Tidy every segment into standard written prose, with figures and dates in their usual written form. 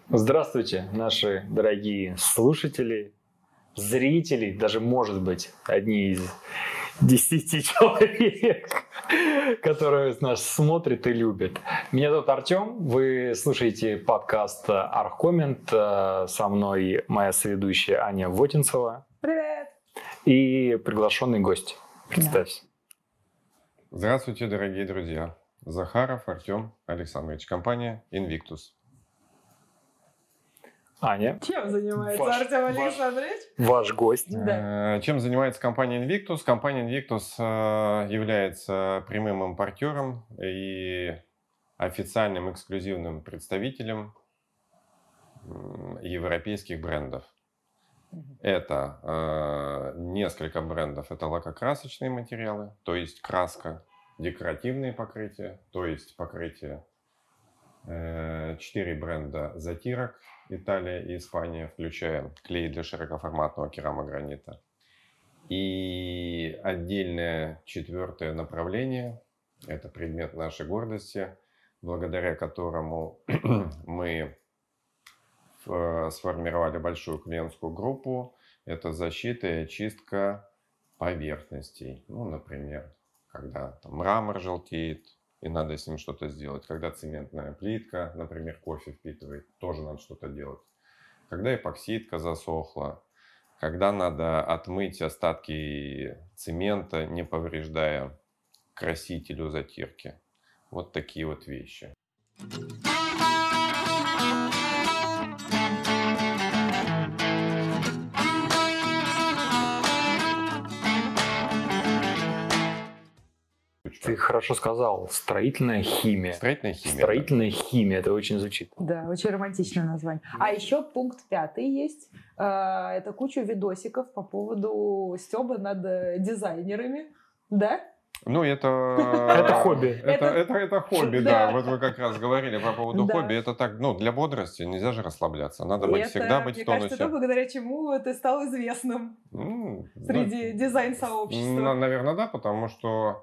Здравствуйте, наши дорогие слушатели, зрители, даже, может быть, одни из 10 человек, которые нас смотрят и любят. Меня зовут Артем, вы слушаете подкаст «Архкоммент». Со мной моя соведущая Аня Вотинцева. Привет! И приглашенный гость. Представься. Здравствуйте, дорогие друзья. Захаров Артем Александрович, компания Invictus. Аня. Чем занимается Артем Александрович? Ваш гость. Да. Чем занимается компания Invictus? Компания Invictus является прямым импортером и официальным эксклюзивным представителем европейских брендов. Это несколько брендов. Это лакокрасочные материалы, то есть краска, декоративные покрытия, то есть покрытие. 4 бренда затирок, Италия и Испания, включая клей для широкоформатного керамогранита. И отдельное 4-е направление, это предмет нашей гордости, благодаря которому мы сформировали большую клиентскую группу. Это защита и очистка поверхностей. Ну, например, когда там мрамор желтеет, и надо с ним что-то сделать. Когда цементная плитка, например, кофе впитывает, тоже надо что-то делать. Когда эпоксидка засохла, когда надо отмыть остатки цемента, не повреждая красителю затирки. Вот такие вот вещи. Ты хорошо сказал. Строительная химия. Строительная химия. Строительная химия. Это очень звучит. Да, очень романтичное название. А еще пункт 5 есть. Это куча видосиков по поводу стёба над дизайнерами. Да? Ну, это хобби. Это хобби, да. Вот вы как раз говорили по поводу Да. хобби. Это так, для бодрости нельзя же расслабляться. Надо всегда быть в мне тонусе. кажется, то, благодаря чему ты стал известным среди дизайн-сообщества. Наверное, да, потому что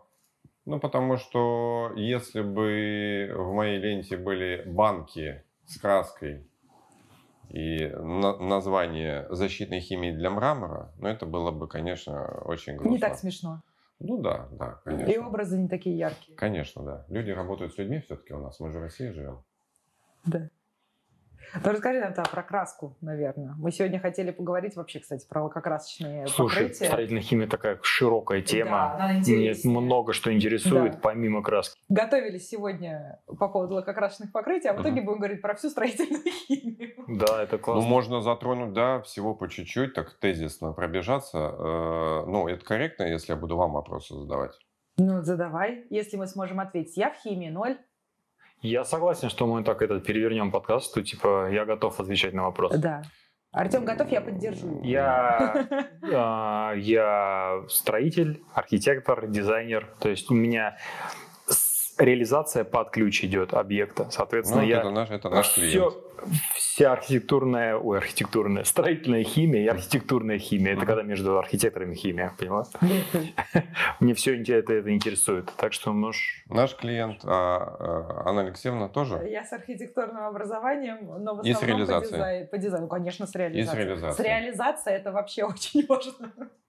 если бы в моей ленте были банки с краской и название защитной химии для мрамора, это было бы, конечно, очень грустно. Не так смешно. Ну да, конечно. И образы не такие яркие. Конечно, да. Люди работают с людьми все-таки у нас. Мы же в России живем. Да. Ну, расскажи нам про краску, наверное. Мы сегодня хотели поговорить вообще, кстати, про лакокрасочные покрытия. Строительная химия такая широкая тема. Да, она Мне интереснее. много что интересует, Да. помимо краски. Готовились сегодня по поводу лакокрасочных покрытий, а в итоге будем говорить про всю строительную химию. Да, это классно. Можно затронуть, да, всего по чуть-чуть, так тезисно пробежаться. Это корректно, если я буду вам вопросы задавать? Ну, задавай, если мы сможем ответить. Я в химии 0. Я согласен, что мы так перевернем подкаст, я готов отвечать на вопросы. Да. Артем готов, я поддержу. Я строитель, архитектор, дизайнер. То есть у меня реализация под ключ идет объекта. Соответственно, это наш клиент. Вся строительная химия и архитектурная химия. Это когда между архитекторами химия, поняла? Мне все это интересует. Так что Наш клиент, Анна Алексеевна тоже? Я с архитектурным образованием, но в И с основном реализацией. по дизайну. Конечно, с реализацией. И с реализацией. С реализацией это вообще очень важно.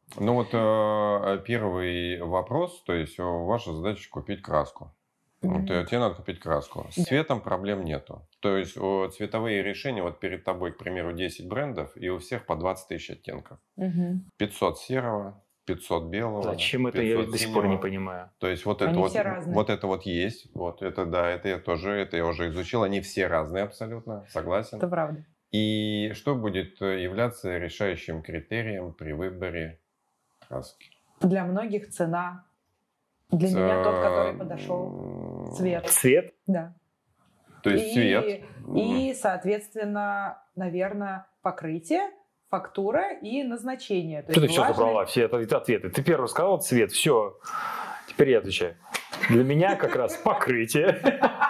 Первый вопрос, то есть ваша задача купить краску. Тебе надо купить краску. С цветом проблем нету. То есть цветовые решения, перед тобой, к примеру, 10 брендов, и у всех по 20 тысяч оттенков. 500 серого, 500 белого. Зачем это, я до сих пор не понимаю. То есть это есть. Это я уже изучил. Они все разные абсолютно, согласен. Это правда. И что будет являться решающим критерием при выборе краски? Для многих цена. Для меня тот, который подошел. Цвет. Цвет? Да. То есть цвет. И, соответственно, наверное, покрытие, фактура и назначение. Что ты все забрала, все ответы? Ты первый сказал цвет, все. Теперь я отвечаю. Для меня как раз покрытие.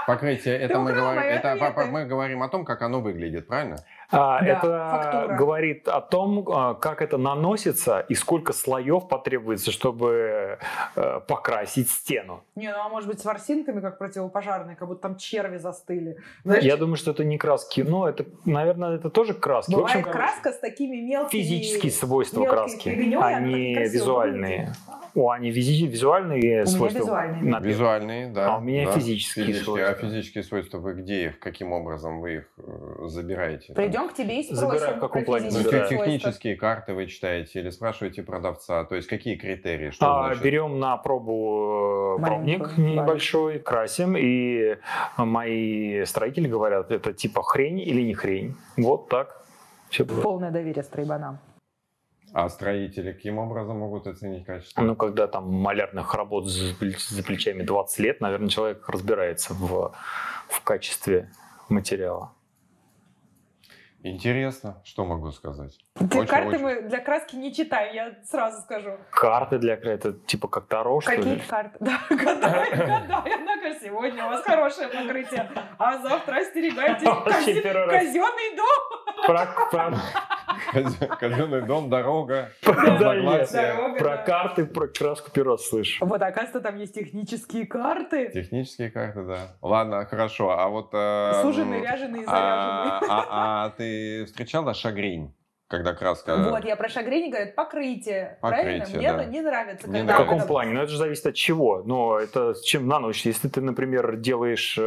Покрытие, это мы украл говорим, мои это ответы. мы говорим о том, как оно выглядит, правильно? Это фактура. говорит о том, как это наносится и сколько слоев потребуется, чтобы покрасить стену. Не, ну а может быть с ворсинками, как противопожарные, как будто там черви застыли. Знаешь, Я думаю, что это не краски. Ну, это, наверное, это тоже краски. В бывает общем, краска с такими мелкими... физические свойства мелкой краски, фигнёй, она так они некрасиво визуальные. выглядит. Они визуальные У меня свойства. визуальные. например. Визуальные, да. А у меня да. физические свойства. А физические свойства вы где их, каким образом вы их забираете? Придем к тебе и спросим. Забираю, в каком про плане Ну, физические забираю? свойства. технические карты вы читаете или спрашиваете продавца? То есть какие критерии? Что значит? Берем на пробу пробник Маленькую, небольшой, красим, и мои строители говорят, это типа хрень или не хрень. Вот так. Все было. Полное доверие стройбанам. А строители каким образом могут оценить качество? Ну, когда там малярных работ за плечами 20 лет, наверное, человек разбирается в качестве материала. Интересно, что могу сказать. Карты мы для краски не читаем, я сразу скажу. Карты для это типа как Таро, что Какие ли? карты? Да, гадай. Однако сегодня у вас хорошее покрытие, а завтра остерегайтесь. Вообще первый раз. Казенный дом. Казенный дом, дорога, Да, разногласия. Дорога, Про да. карты, про краску первый раз слышу. Вот, оказывается, там есть технические карты. Технические карты, да. Ладно, хорошо. А вот... Суженый, ряженый и заряженный. А ты встречала шагрень, когда краска... Вот, я про шагрень говорю, покрытие. Правильно? Покрытие, Мне да. не нравится. Не В когда каком это- плане? Ну, это же зависит от чего. Но это с чем нанося? Если ты, например, делаешь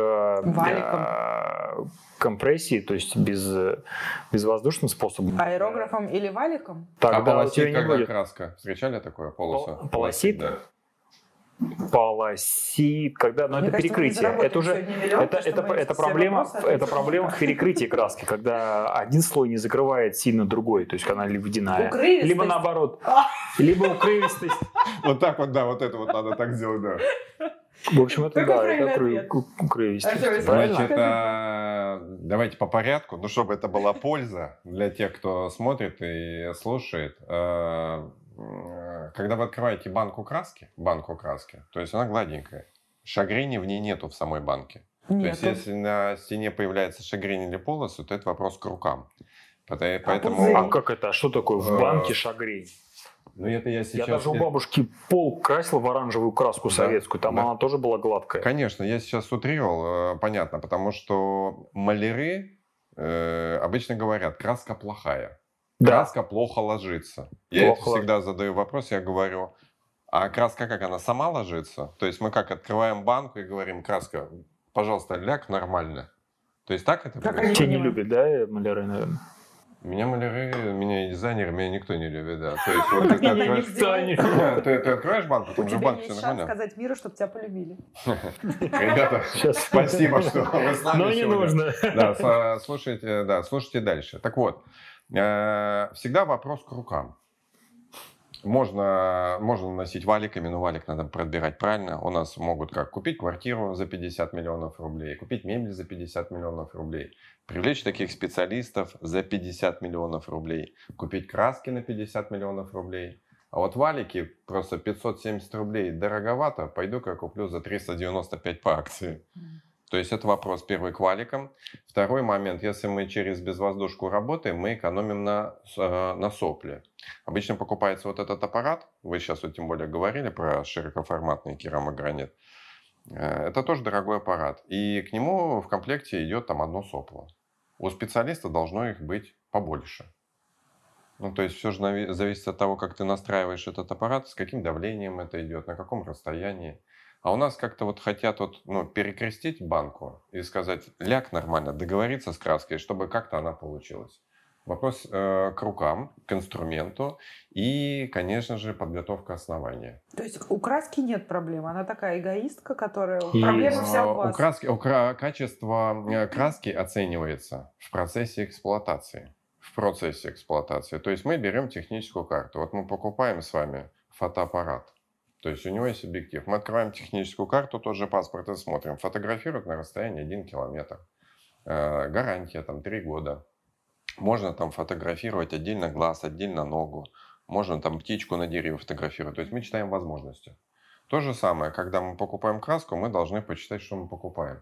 компрессии, то есть безвоздушным способом, Аэрографом или валиком? тогда у тебя полосит, не когда будет. краска? Встречали такое? Полосу? Полосит? Да. Полосит, когда, но Мне это кажется, мы не перекрытие. заработаем Это уже сегодня миллион, потому что мы это все проблема, вопросы это ответили. проблема в перекрытии краски, когда один слой не закрывает сильно другой, то есть она либо водяная, Укрывистость. либо наоборот, А. либо укрывистость. Вот так вот, да, вот это вот надо так сделать, да. В общем, это Какой да, правильный это ответ? укрывистость. Артём, Правильно? Значит, давайте по порядку, ну, чтобы это была польза для тех, кто смотрит и слушает. Когда вы открываете банку краски, то есть она гладенькая, шагрени в ней нету в самой банке. То есть, Нет. если на стене появляется шагрень или полосы, то это вопрос к рукам. Поэтому... пузырь? А как это? А что такое в банке шагрень? Ну, это я сейчас... Я даже у бабушки пол красил в оранжевую краску Да, советскую, там да. она тоже была гладкая. Конечно, я сейчас утрировал, понятно, потому что маляры обычно говорят, краска плохая. Да. Краска плохо ложится. Я Плохо всегда задаю вопрос, я говорю, а краска как, она сама ложится? То есть мы как, открываем банку и говорим, краска, пожалуйста, ляг нормально. То есть так это Как происходит? Те не понимаю. любят, да, маляры, наверное? Меня маляры, меня дизайнеры, меня никто не любит, да. То есть вот ты Нет, откроешь- они ты откроешь банку, У там же в тебя банке есть все шанс нормально. сказать миру, чтобы тебя полюбили. Ребята, Сейчас. спасибо, что вы с нами Но не сегодня. нужно. Да, слушайте дальше. Так вот, всегда вопрос к рукам. Можно носить валиками, но валик надо подбирать правильно. У нас могут как купить квартиру за 50 миллионов рублей, купить мебель за 50 миллионов рублей, привлечь таких специалистов за 50 миллионов рублей, купить краски на 50 миллионов рублей. А вот валики просто 570 рублей дороговато, пойду-ка куплю за 395 по акции. То есть это вопрос первый к валикам. Второй момент, если мы через безвоздушку работаем, мы экономим на сопле. Обычно покупается вот этот аппарат, вы сейчас вот тем более говорили про широкоформатный керамогранит. Это тоже дорогой аппарат. И к нему в комплекте идет там одно сопло. У специалиста должно их быть побольше. Ну, то есть все же зависит от того, как ты настраиваешь этот аппарат, с каким давлением это идет, на каком расстоянии. А у нас как-то вот хотят перекрестить банку и сказать, ляг нормально, договориться с краской, чтобы как-то она получилась. Вопрос к рукам, к инструменту и, конечно же, подготовка основания. То есть у краски нет проблем, она такая эгоистка, которая... И- Проблема вся у вас. Качество краски оценивается в процессе эксплуатации. То есть мы берем техническую карту. Вот мы покупаем с вами фотоаппарат. То есть у него есть объектив. Мы открываем техническую карту, тот же паспорт и смотрим. Фотографируют на расстоянии 1 километр. Гарантия там 3 года. Можно там фотографировать отдельно глаз, отдельно ногу. Можно там птичку на дереве фотографировать. То есть мы читаем возможности. То же самое, когда мы покупаем краску, мы должны почитать, что мы покупаем.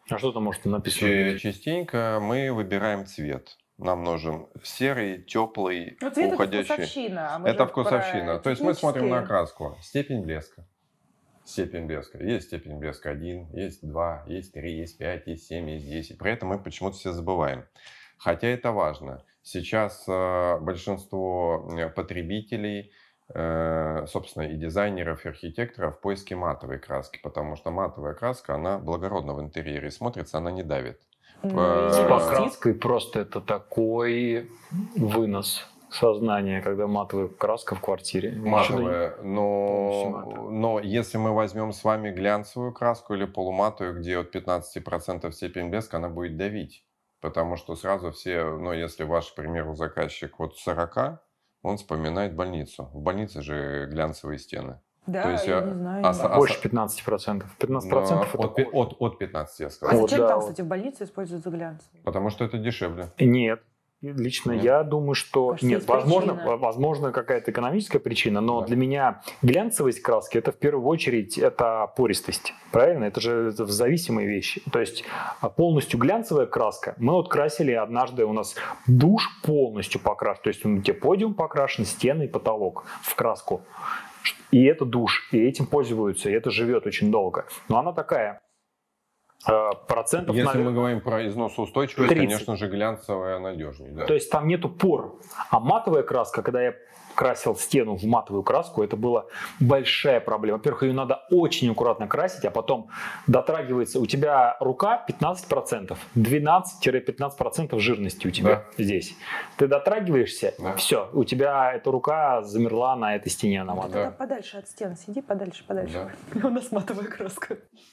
А что там может написано? Частенько мы выбираем цвет. Нам нужен серый, теплый, Ну, цвет уходящий. это вкусовщина. А мы Это же вкусовщина. про То есть мы смотрим на технические. окраску. Степень блеска. Степень блеска. Есть степень блеска 1, есть 2, есть 3, есть 5, есть 7, есть 10. Про это мы почему-то все забываем. Хотя это важно. Сейчас большинство потребителей, собственно, и дизайнеров, и архитекторов в поиске матовой краски, потому что матовая краска, она благородна в интерьере, смотрится, она не давит. Ну, С и покраской просто это такой вынос сознания, когда матовая краска в квартире. Матовая, полностью матовая. но если мы возьмем с вами глянцевую краску или полуматовую, где от 15% степень блеска, она будет давить. Потому что сразу все, ну, если ваш, к примеру, заказчик от 40, он вспоминает больницу. В больнице же глянцевые стены. Да, То есть, я не знаю. Больше 15%. 15% это от 15, я А сказал. зачем да, там, вот. кстати, в больнице используются глянцевые? Потому что это дешевле. Нет. Лично Нет? я думаю, что Кажется, нет, есть возможно, причина. возможно какая-то экономическая причина, но Да. для меня глянцевость краски это в первую очередь это пористость, правильно? Это же зависимые вещи. То есть полностью глянцевая краска. Мы вот красили однажды, у нас душ полностью покрашен, то есть где подиум покрашен, стены и потолок в краску. И это душ, и этим пользуются, и это живет очень долго. Но она такая. Процентов, Если наверное, мы говорим про износоустойчивость, 30. конечно же, глянцевая надежнее. Да. То есть там нету пор. А матовая краска, когда я красил стену в матовую краску, это была большая проблема. Во-первых, ее надо очень аккуратно красить, а потом дотрагивается. У тебя рука 15%, 12-15% жирности у тебя здесь. Ты дотрагиваешься, все, у тебя эта рука замерла на этой стене. На матовой. Тогда подальше от стен сиди, подальше. Да. У нас матовая краска.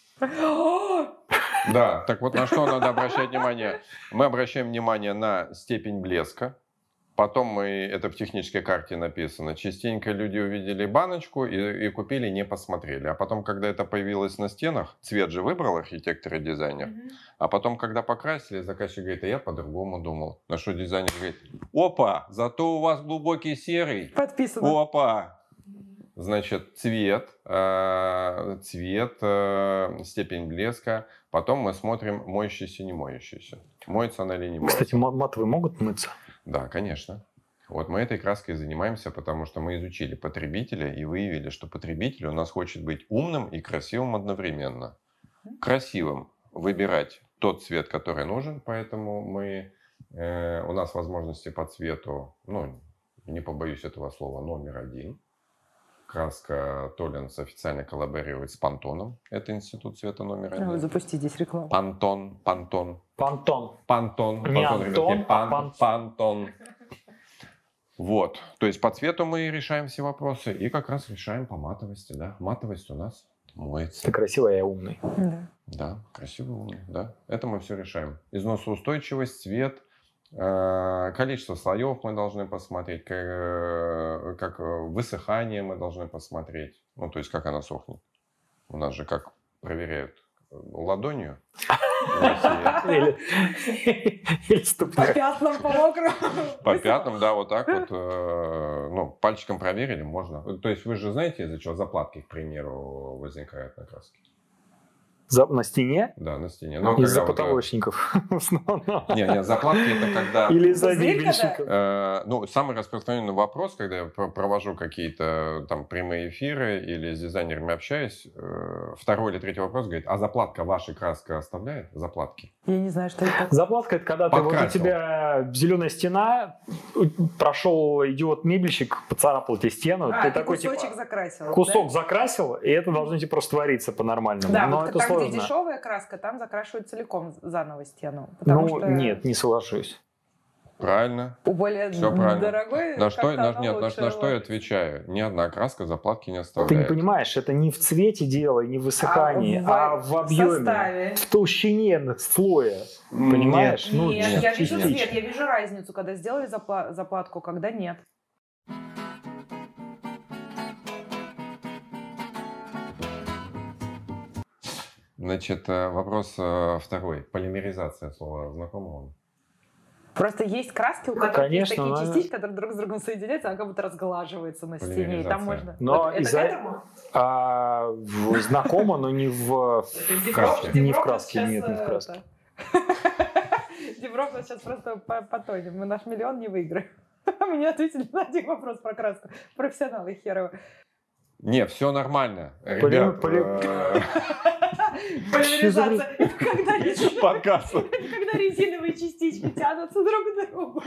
Да, так вот на что надо обращать внимание? Мы обращаем внимание на степень блеска. Потом это в технической карте написано. Частенько люди увидели баночку и купили, не посмотрели. А потом, когда это появилось на стенах, цвет же выбрал архитектор и дизайнер. А потом, когда покрасили, заказчик говорит, а я по-другому думал. На что дизайнер говорит, опа, зато у вас глубокий серый. Подписано. Опа. Значит, цвет, степень блеска. Потом мы смотрим, моющийся, не моющийся. Моется она или не моется. Кстати, матовые могут мыться? Да, конечно. Вот мы этой краской занимаемся, потому что мы изучили потребителя и выявили, что потребитель у нас хочет быть умным и красивым одновременно. Красивым выбирать тот цвет, который нужен, поэтому у нас возможности по цвету, ну, не побоюсь этого слова, номер 1. Краска Tollens официально коллаборирует с Пантоном. Это институт цвета номер 1. Запусти здесь рекламу. Пантон. Пантон. Не Антон, Антон, а Пантон. Вот. То есть по цвету мы решаем все вопросы и как раз решаем по матовости. Да? Матовость у нас моется. Ты красивый, а я умный. Да. Да, красивый, умный. Да. Это мы все решаем. Износоустойчивость, цвет, количество слоев мы должны посмотреть, как высыхание мы должны посмотреть. Ну, то есть как она сохнет. У нас же как проверяют ладонью. Или По ступня. пятнам, по мокрому. По пятнам, да, вот так вот. Ну, пальчиком проверили, можно. То есть вы же знаете, из-за чего заплатки, к примеру, возникают на краске? На стене? Да, на стене. Из-за когда потолочников. в основном. Не, заплатки это когда... Или из-за Зритель, мебельщиков. Ну, самый распространенный вопрос, когда я провожу какие-то там прямые эфиры или с дизайнерами общаюсь, второй или третий вопрос говорит, а заплатка вашей краска оставляет? Заплатки. Я не знаю, что это такое. Заплатка — это когда ты, вот у Подкрасил. тебя зеленая стена, прошел идиот-мебельщик, поцарапал тебе стену, ты такой кусочек типа закрасил. кусок закрасил, и это должно тебе просто твориться по-нормальному. Да, Но вот это там, сложно. где дешевая краска, там закрашивают целиком заново стену. Потому Ну, что нет, не соглашусь. Правильно. у более Все правильно. дорогой На что, как-то она нет, лучше на что я ловится. отвечаю? Ни одна краска заплатки не Ты оставляет. не понимаешь, это не в цвете дело, не в высыхании, в а в объеме, составе. в толщине слоя. Понимаешь? Нет, Ну, я вижу частично. цвет, я вижу разницу, когда сделали заплатку, когда нет. Значит, вопрос второй. Полимеризация слова знакомо вам? Просто есть краски, у которых есть Конечно, такие но- частички, которые друг с другом соединяются, она как будто разглаживается на стене. И там Полимеризация. можно... Но Вот это из-за- к этому? Знакомо, но не в краске. Не в краске, нет, не в краске. Дебров нас сейчас просто потонем. Мы наш миллион не выиграем. Мы не ответили на один вопрос про краску. Профессионалы херово. Не, все нормально. Полим- Ребят, Полимеризация. Это когда резиновые- подкаст. это когда резиновые частички тянутся друг к другу.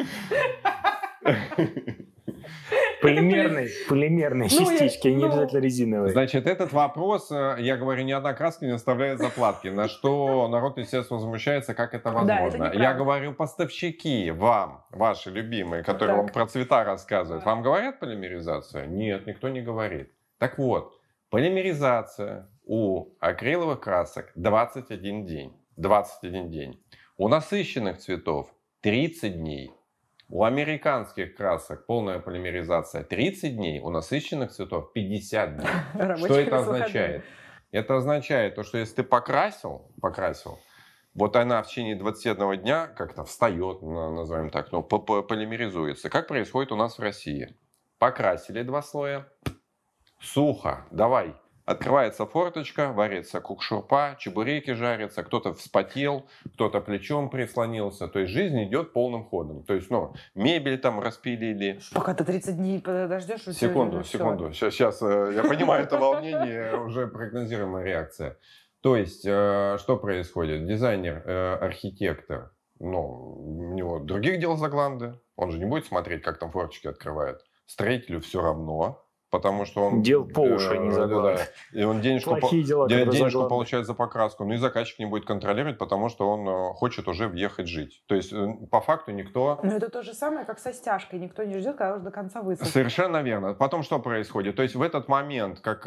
Полимерные Ну, частички, не ну. обязательно резиновые. Значит, этот вопрос, я говорю, ни одна краска не оставляет заплатки, на что народ, естественно, возмущается, как это это возможно. неправда. Я говорю, поставщики вам, ваши любимые, которые Так. вам про цвета рассказывают, вам говорят полимеризацию? Нет, никто не говорит. Так вот, полимеризация у акриловых красок 21 день. 21 день. У насыщенных цветов 30 дней. У американских красок полная полимеризация 30 дней, у насыщенных цветов 50 дней. Что Рабочие это выходные. означает? Это означает, то, что если ты покрасил, вот она в течение 21 дня как-то встает, назовем так, ну, полимеризуется. Как происходит у нас в России? Покрасили 2 слоя, сухо, давай. Открывается форточка, варится кукшурпа, чебуреки жарятся, кто-то вспотел, кто-то плечом прислонился. То есть жизнь идет полным ходом. То есть, ну, мебель там распилили. Пока ты 30 дней подождешь, у тебя Секунду, уже всё. секунду. Сейчас я понимаю, это волнение, уже прогнозируемая реакция. То есть, что происходит? Дизайнер, архитектор, ну, у него других дел за гланды. Он же не будет смотреть, как там форточки открывают. Строителю все равно. Потому что он... Дел по уши, не за глаз. И он денежку, Плохие дела, которые за денежку глаз. получает за покраску. Ну и заказчик не будет контролировать, потому что он хочет уже въехать жить. То есть, по факту никто... Ну, это то же самое, как со стяжкой. Никто не ждет, когда уже до конца высохнет. Совершенно верно. Потом что происходит? То есть в этот момент, как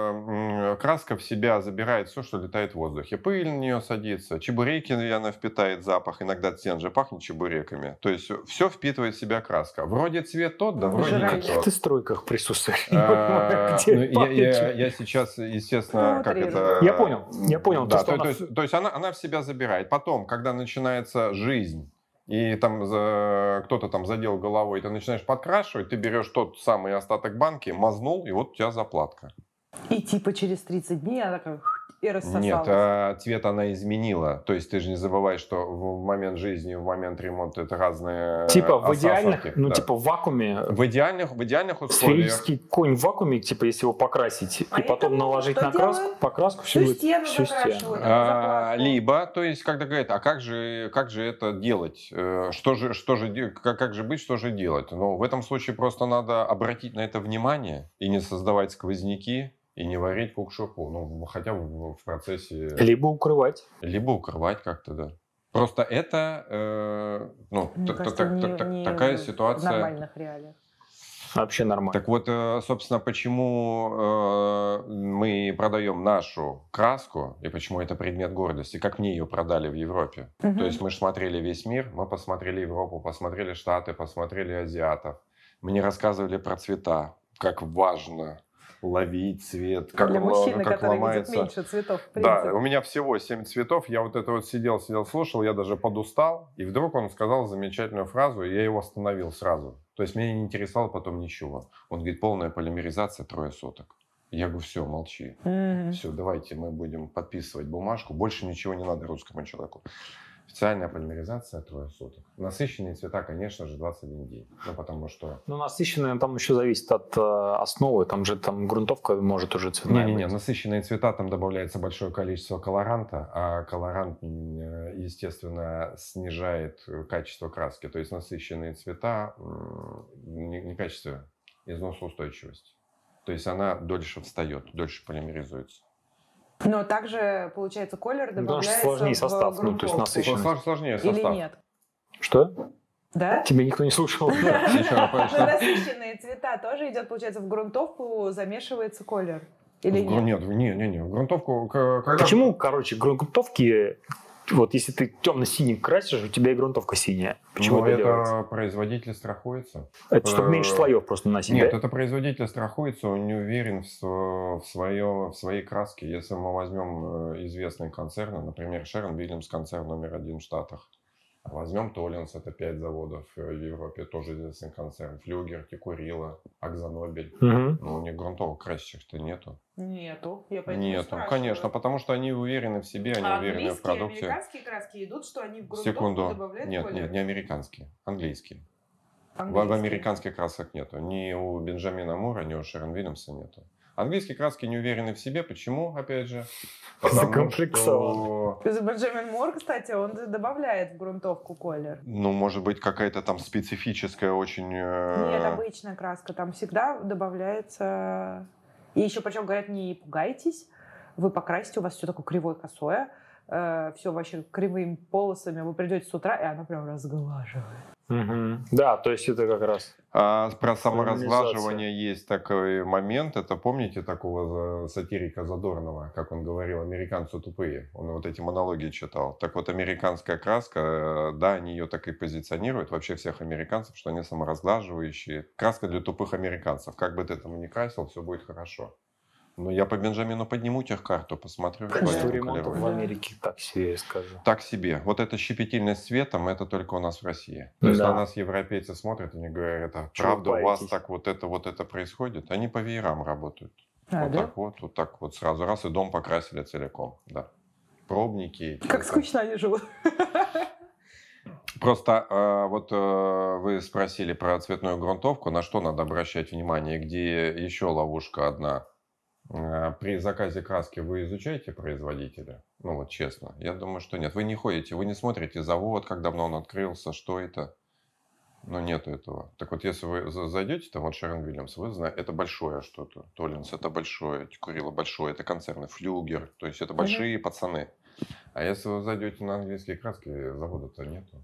краска в себя забирает все, что летает в воздухе. Пыль на нее садится, чебуреки, она впитает запах. Иногда стен же пахнет чебуреками. То есть все впитывает в себя краска. Вроде цвет тот, да вроде не Пожиратель. тот. Ты в стройках присутствуешь. Не понимаю, где Ну, пахнет. я сейчас, естественно, Ну, как утрирую. это... Я понял. Да, То, что то есть она в себя забирает. Потом, когда начинается жизнь, и там кто-то там задел головой, и ты начинаешь подкрашивать, ты берешь тот самый остаток банки, мазнул, и вот у тебя заплатка. И типа через 30 дней она такая и рассосалась. Нет, цвет она изменила. То есть ты же не забывай, что в момент жизни, в момент ремонта это разные Типа в осадки, идеальных, ну да. типа в вакууме, В идеальных условиях. сферический конь в вакууме, типа если его покрасить А и потом это наложить что на краску, делают? покраску, все Всю будет стену всю закрашивают. стену. Заплатку. Либо, то есть, когда говорят, а как же это делать? Как же быть, что же делать? Ну, в этом случае просто надо обратить на это внимание и не создавать сквозняки, и не варить кукшурпу. Ну, хотя бы в процессе... Либо укрывать. Либо укрывать как-то, да. Просто это, Мне кажется, не такая в ситуация... нормальных реалиях. Вообще нормально. Так вот, собственно, почему мы продаем нашу краску, и почему это предмет гордости, как мне ее продали в Европе. Мгм. То есть мы же смотрели весь мир, мы посмотрели Европу, посмотрели Штаты, посмотрели азиатов. Мне рассказывали про цвета, как важно ловить цвет, как, Для мужчины, как который ломается. видит меньше цветов, в Да, принципе. у меня всего 7 цветов. Я вот это вот сидел, слушал, я даже подустал. И вдруг он сказал замечательную фразу, и я его остановил сразу. То есть меня не интересовало потом ничего. Он говорит, полная полимеризация 3 суток. Я говорю, все, молчи. Мгм. Все, давайте мы будем подписывать бумажку. Больше ничего не надо русскому человеку. Официальная полимеризация 3 суток. Насыщенные цвета, конечно же, 21 день. Ну, потому что... Ну, насыщенное там еще зависит от основы. Там же грунтовка может уже цветная Не-не-не, быть. насыщенные цвета, там добавляется большое количество колоранта, а колорант, естественно, снижает качество краски. То есть насыщенные цвета некачественные, износоустойчивость. То есть она дольше встает, дольше полимеризуется. Но также, получается, колер Ну, потому что добавляется сложнее в состав, ну, то есть грунтовку. насыщенный. Сложнее Или состав. нет? Что? Да? Тебя никто не слушал. Ничего, Но конечно. насыщенные цвета тоже идет, получается, в грунтовку замешивается колер. Или нет? Нет, не. В грунтовку... когда- Почему, короче, грунтовки, вот если ты темно-синим красишь, у тебя и грунтовка синяя. Почему Ну, это делается? это производитель страхуется. Это чтобы меньше слоев просто наносить, Нет, да? это производитель страхуется, он не уверен в своей краске. Если мы возьмем известные концерны, например, Sherwin-Williams концерн номер 1 в Штатах, Возьмем Толлинс, это 5 заводов в Европе, тоже известный концерн. Флюгер, Тикурила, Акзонобель. Мгм. Но у них грунтовых красящих-то нету. Нету, я поэтому Нету, спрашиваю. конечно, потому что они уверены в себе, они А уверены в английские, продукте. американские краски идут, что они в грунтовку Секунду. добавляют Нет, колер? не американские, английские. В Английские. американских красок нету. Ни у Бенджамина Мура, ни у Шерон Вильямса нету. Английские краски не уверены в себе. Почему, опять же? Потому Закомплексован. что, Бенджамин Мур, кстати, он добавляет в грунтовку колер. ну, может быть, какая-то там специфическая очень... Нет, обычная краска. Там всегда добавляется... И еще, причем, говорят, не пугайтесь. Вы покрасите, у вас все такое кривое, косое. Все вообще кривыми полосами. Вы придете с утра, и оно прям разглаживает. Мгм. Да, то есть это как раз... Про саморазглаживание есть такой момент. Это помните такого сатирика Задорнова, как он говорил, американцы тупые. Он вот эти монологи читал. Так вот, американская краска, да, они ее так и позиционируют, вообще всех американцев, что они саморазглаживающие. Краска для тупых американцев. Как бы ты там ни красил, все будет хорошо. Но я по Бенджамину подниму техкарту, посмотрю, что Качество они ремонта в колируют. Америке так себе, я скажу. Так себе. Вот эта щепетильность цветом, это только у нас в России. То есть Да. на нас европейцы смотрят и не говорят, а Чего правда у вас паетесь? так вот это происходит? Они по веерам работают. А, Вот да? так вот сразу раз и дом покрасили целиком. Да. Пробники. Как это. скучно они живут. Просто вы спросили про цветную грунтовку, на что надо обращать внимание, где еще ловушка одна. При заказе краски вы изучаете производителя? Ну вот честно, я думаю, что нет. Вы не ходите, вы не смотрите завод, как давно он открылся, что это. Ну нету этого. Так вот, если вы зайдете, там вот Шерон Вильямс, вы знаете, это большое что-то. Толлинс это большое, Тикурила большое, это концерны, Флюгер, то есть это большие пацаны. А если вы зайдете на английские краски, завода-то нету.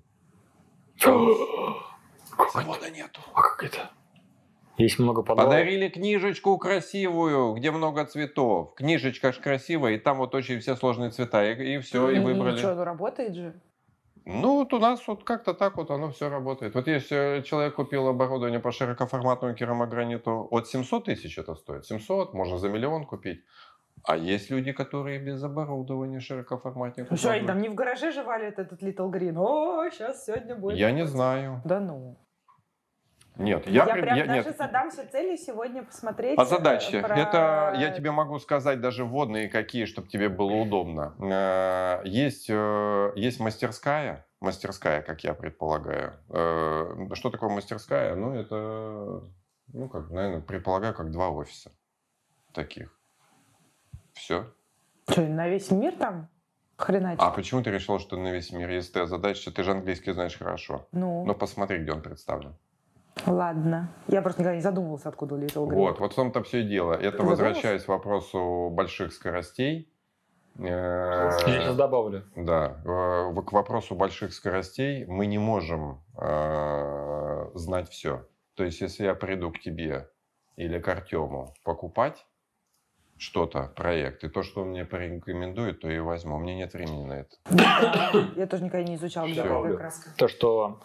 Завода нету. А как это? Есть много подвалов. Подарили книжечку красивую, где много цветов. Книжечка ж красивая, и там вот очень все сложные цвета. И все, и выбрали. Что, ну работает же? Ну, вот у нас вот как-то так вот оно все работает. Вот если человек купил оборудование по широкоформатному керамограниту, от 700 тысяч это стоит. 700, можно за 1 миллион купить. А есть люди, которые без оборудования широкоформатника. Ну что, они там не в гараже же валят этот Little Green? О, сейчас сегодня будет. Я не знаю. Да ну. Нет, Я прям- прям я- даже нет. задамся целью сегодня посмотреть. По задаче. про- Это я тебе могу сказать даже вводные какие, чтобы тебе было удобно. Есть мастерская, как я предполагаю. Что такое мастерская? Ну, это, как, наверное, предполагаю, как 2 офиса таких. Все. Что, на весь мир там хреначить? А почему ты решил, что на весь мир? Если ты озадачишься, ты же английский знаешь хорошо. Ну, Но посмотри, где он представлен. ладно. Я просто никогда не задумывался, откуда Little Green. Вот в том-то все и дело. Это Ты возвращаясь к вопросу больших скоростей. Я сейчас добавлю. Да, к вопросу больших скоростей мы не можем знать все. То есть, если я приду к тебе или к Артему покупать что-то, проект, и то, что он мне порекомендует, то и возьму. У меня нет времени на это. Я тоже никогда не изучала, где Всё. какая краска. То, что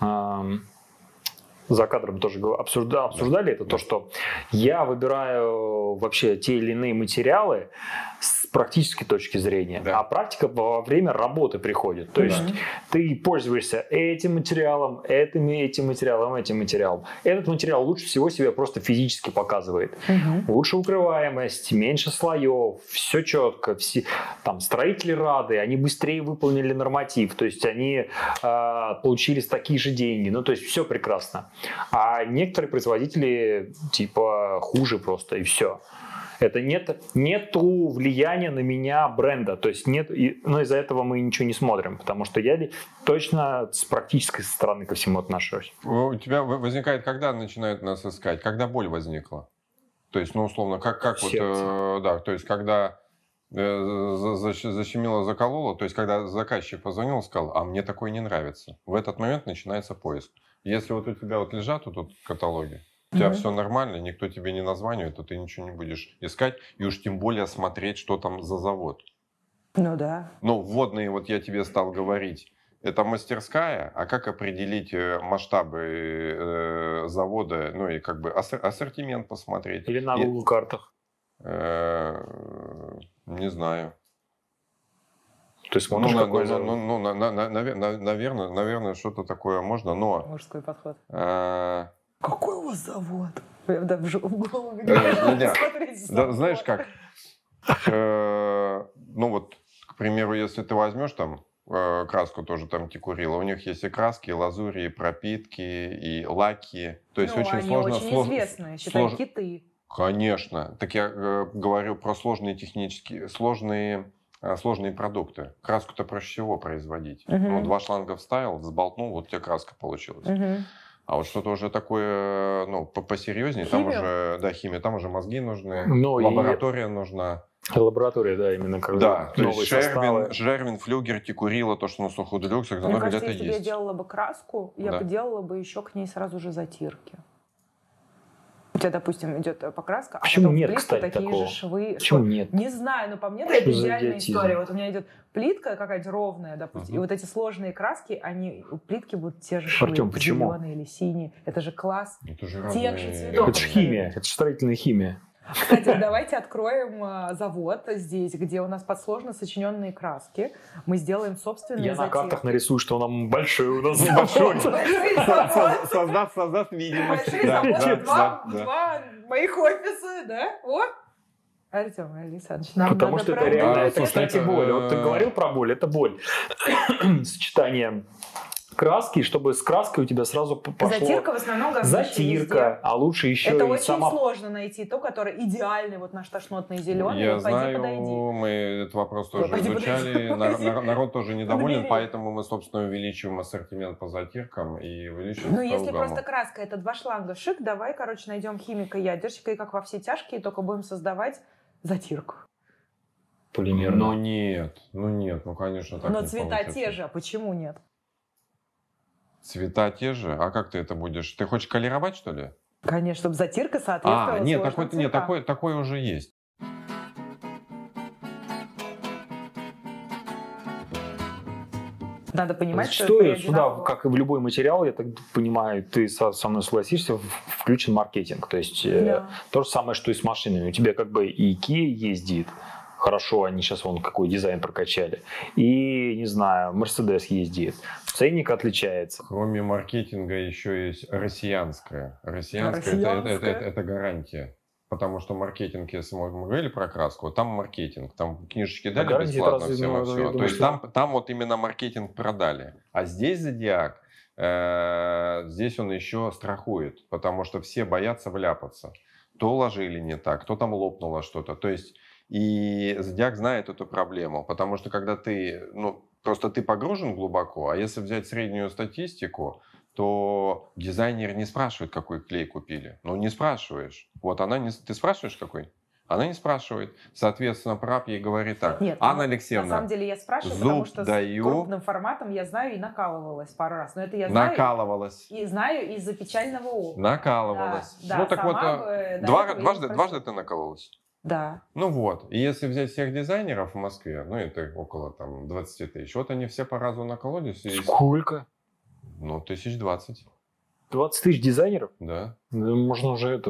за кадром тоже обсуждали, это то, что я выбираю вообще те или иные материалы с практической точки зрения, Да. а практика во время работы приходит. То есть ты пользуешься этим материалом, этим материалом. Этот материал лучше всего себя просто физически показывает. Лучше укрываемость, меньше слоев, все четко. Там строители рады, они быстрее выполнили норматив, то есть они получили такие же деньги. Ну, то есть все прекрасно. А некоторые производители типа хуже просто, и все. Это нету влияния на меня бренда, то есть нет, но из-за этого мы ничего не смотрим, потому что я точно с практической стороны ко всему отношусь. У тебя возникает, когда начинают нас искать? Когда боль возникла? То есть, условно, как вот, да, то есть, когда защемило, закололо, то есть, когда заказчик позвонил и сказал, а мне такое не нравится. В этот момент начинается поиск. Если вот у тебя вот лежат тут каталоги, у тебя все нормально, никто тебе не названивает, то ты ничего не будешь искать, и уж тем более смотреть, что там за завод. Ну да. Ну, вводные, вот я тебе стал говорить, это мастерская, а как определить масштабы завода, ну и как бы ассортимент посмотреть. Или на Google картах. Не знаю. Ты смотришь, какой наверное, что-то такое можно, но... Мужской подход. э, Какой у вас завод? Я даже в голову не нет. смотреть Да, знаешь как, ну вот, к примеру, если ты возьмешь там краску тоже там Тикурила, у них есть и краски, и лазури, и пропитки, и лаки. То есть очень они сложно... очень известные, считай, киты. Конечно. Так я говорю про сложные технические, сложные продукты. Краску-то проще всего производить. Ну, 2 шланга вставил, взболтнул, вот у тебя краска получилась. А вот что-то уже такое, ну, посерьезнее, там уже, да, химия, там уже мозги нужны, лаборатория нужна. Лаборатория, да, именно когда то новые есть составы. Жервин, Флюгер, Тикурила, то, что на суходолюксах, Мне оно кажется, где-то если бы я есть. делала бы краску, я Да. бы делала бы еще к ней сразу же затирки. У тебя, допустим, идет покраска, Почему потом нет, в плитку кстати, такие такого? же швы. Почему нет? Не знаю, но по мне это Что за идеальная идиотизм? история. Вот у меня идет плитка какая-то ровная, допустим, и вот эти сложные краски, они у плитки будут те же швы, Артём, почему? зеленые или синие. Это же класс. Это же Тех же разные- цветов. Это же химия, это же строительная химия. Кстати, давайте откроем завод здесь, где у нас под сложно сочиненные краски. Мы сделаем собственные Я на затирки. картах нарисую, что нам большой у нас Большой. Большой завод. Создаст видимость. Большой Да, завод, да, два моих офиса, да? О! Артем Александрович, нам Потому надо что это проверить. реально, это, слушай, кстати, это, боль. Вот ты говорил про боль, это боль. Сочетание краски, чтобы с краской у тебя сразу пошло... Затирка в основном говнище Затирка, везде. а лучше еще Это и очень сама... сложно найти то, которое идеальный, вот наш тошнотный зеленый. Я вот пойди, знаю, подойди. мы этот вопрос тоже Пойди, изучали. подойди. Народ тоже недоволен, Подбери. поэтому мы, собственно, увеличиваем ассортимент по затиркам и увеличиваем Ну, если программу. просто краска, это 2 шланга, шик, давай, короче, найдем химика-ядерщика, и как во все тяжкие, только будем создавать затирку. Полимерно. Ну нет, конечно, так Но не цвета получится. те же, а почему нет? Цвета те же? А как ты это будешь? Ты хочешь колеровать, что ли? Конечно, чтобы затирка соответствовала Нет, сложным цветам. такое уже есть. Надо понимать, что Зачастую это сюда, одинаково. как и в любой материал, я так понимаю, ты со мной согласишься, включен маркетинг. То есть Да. то же самое, что и с машинами. У тебя как бы и Kia ездит, хорошо, они сейчас вон какой дизайн прокачали, и, не знаю, Mercedes ездит. Ценник отличается. Кроме маркетинга еще есть россиянское. Россиянское это гарантия. Потому что маркетинг, если мы говорили про краску, там маркетинг, там книжечки дали гарантия бесплатно разве, всем и ну, я все. думаю, То есть что- там вот именно маркетинг продали. А здесь Зодиак, здесь он еще страхует, потому что все боятся вляпаться. То уложили не так, то там лопнуло что-то. То есть и Зодиак знает эту проблему, потому что когда ты, просто ты погружен глубоко, а если взять среднюю статистику, то дизайнер не спрашивает, какой клей купили. Ну, не спрашиваешь. Вот ты спрашиваешь, какой? Она не спрашивает. Соответственно, прап ей говорит так. Нет, Анна на Алексеевна, самом деле я спрашиваю, зуб потому что даю. с крупным форматом я знаю и накалывалась пару раз. Но это я знаю накалывалась. и знаю из-за печального опыта. Накалывалась. Да, ну, так вот, сама бы до этого я не спросила. дважды ты накалывалась. Да. Ну вот, и если взять всех дизайнеров в Москве, это около 20 тысяч, вот они все по разу накололись. Сколько? 1020. 20 тысяч дизайнеров? Да. Да, можно уже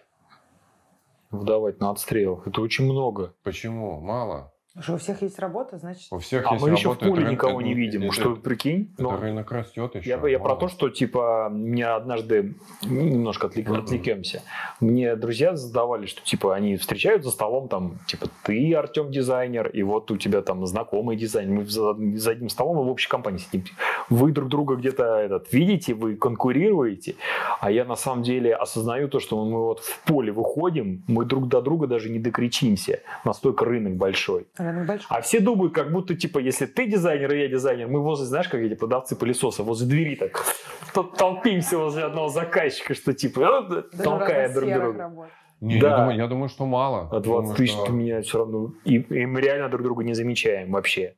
вдавать на отстрел. Это очень много. Почему? Мало. Что у всех есть работа, значит... У всех А есть мы еще в работа, поле это никого рынок, не видим. это- Что, прикинь? Это рынок растет еще. Я про то, что, типа, мне однажды, немножко отвлекемся, мне друзья задавали, что, типа, они встречают за столом, там, типа, ты, Артем, дизайнер, и вот у тебя там знакомый дизайнер, мы за одним столом и в общей компании сидим. Вы друг друга где-то видите, вы конкурируете, а я на самом деле осознаю то, что мы вот в поле выходим, мы друг до друга даже не докричимся, настолько рынок большой. Рынок большой. А все думают, как будто, типа, если ты дизайнер и я дизайнер, мы возле, знаешь, как эти продавцы пылесоса, возле двери так толпимся возле одного заказчика, что, типа, Даже толкая в разных друг сферах друга. работает. Не, Да. я думаю, что мало. А 20 тысяч у меня все равно... И мы реально друг друга не замечаем вообще.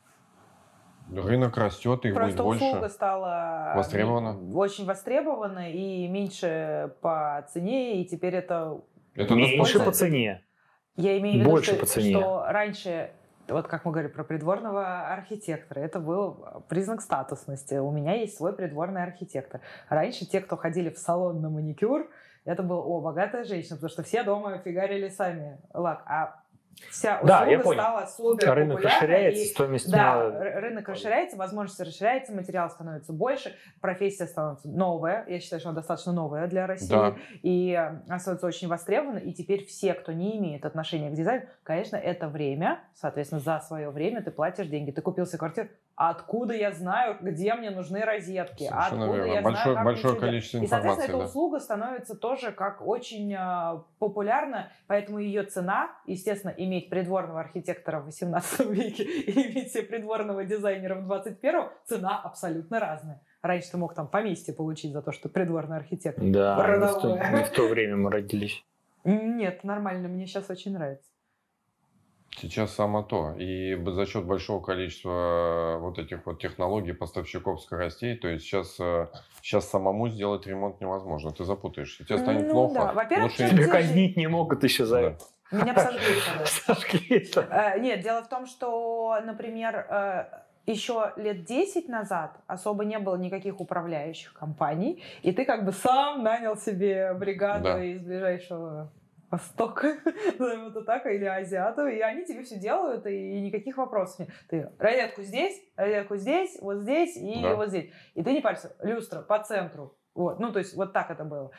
Рынок растет, их Просто будет услуга больше. стала Востребована. очень востребована и меньше по цене, и теперь это... Это Меньше настолько- по цене. Я имею в виду, Больше что, по цене. что раньше, вот как мы говорим про придворного архитектора, это был признак статусности. У меня есть свой придворный архитектор. Раньше те, кто ходили в салон на маникюр, это был, богатая женщина, потому что все дома фигарили сами лак. А вся Да, я услуга понял. стала супер Рынок популярной, расширяется, и стоимость да, на- рынок расширяется, возможности расширяются, материал становится больше, профессия становится новая. Я считаю, что она достаточно новая для России. Да. И остается очень востребована. И теперь все, кто не имеет отношения к дизайну, конечно, это время. Соответственно, за свое время ты платишь деньги. Ты купил себе квартиру. Откуда я знаю, где мне нужны розетки? Совершенно Откуда верно. я Большое- знаю, как большое ничего делать? количество И, соответственно, информации, эта да. услуга становится тоже как очень популярна. Поэтому ее цена, естественно, иметь придворного архитектора в 18 веке и иметь себе придворного дизайнера в 21-м, цена абсолютно разная. Раньше ты мог там поместье получить за то, что ты придворный архитектор. Да, не в, Родовое. не в то время мы родились. Нет, нормально, мне сейчас очень нравится. Сейчас само то. И за счет большого количества вот этих вот технологий, поставщиков скоростей, то есть сейчас самому сделать ремонт невозможно. Ты запутаешься. Тебе станет Ну плохо. да. Во-первых, Лучше- чем Тебя те казнить не могут еще за Да. это. Меня посажали. Сожгли. Нет, дело в том, что, например, еще лет 10 назад особо не было никаких управляющих компаний, и ты как бы сам нанял себе бригаду Да. из ближайшего Востока, назовем это так, или Азиату, и они тебе все делают, и никаких вопросов нет. Ты розетку здесь, вот здесь и Да. вот здесь. И ты не паришься. Люстра по центру. Вот. Ну, то есть вот так это было.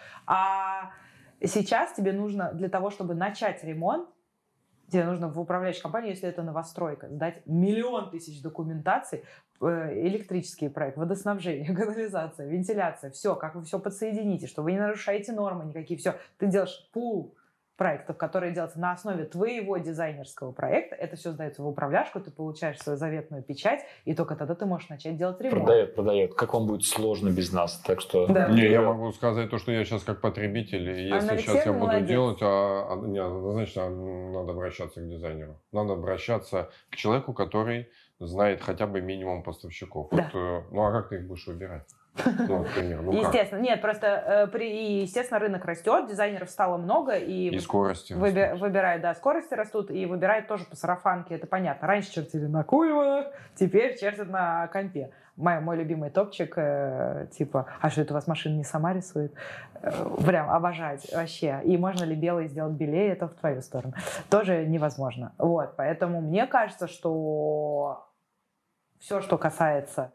А сейчас тебе нужно для того, чтобы начать ремонт, тебе нужно в управляющей компании, если это новостройка, сдать 1 000 000 документаций, электрический проект, водоснабжение, канализация, вентиляция, все, как вы все подсоедините, что вы не нарушаете нормы никакие, все. Ты делаешь пул проектов, которые делаются на основе твоего дизайнерского проекта, это все сдается в управляшку, ты получаешь свою заветную печать, и только тогда ты можешь начать делать ремонт. Продает. Как вам будет сложно без нас? Так что... Да. Не, я могу сказать то, что я сейчас как потребитель, и если Алексей сейчас я буду молодец. делать, значит, надо обращаться к дизайнеру. Надо обращаться к человеку, который знает хотя бы минимум поставщиков. Да. Вот, ну а как ты их будешь выбирать? Ну, например, ну как? Естественно, нет, просто естественно, рынок растет, дизайнеров стало много, и И скорости. выбирают, да, скорости растут, и выбирают тоже по сарафанке, это понятно. Раньше чертили на кульвах, теперь чертят на компе. Мой любимый топчик, типа, а что это у вас машина не сама рисует? Прям обожать вообще. И можно ли белый сделать белее, это в твою сторону. Тоже невозможно. Вот, поэтому мне кажется, что все, что касается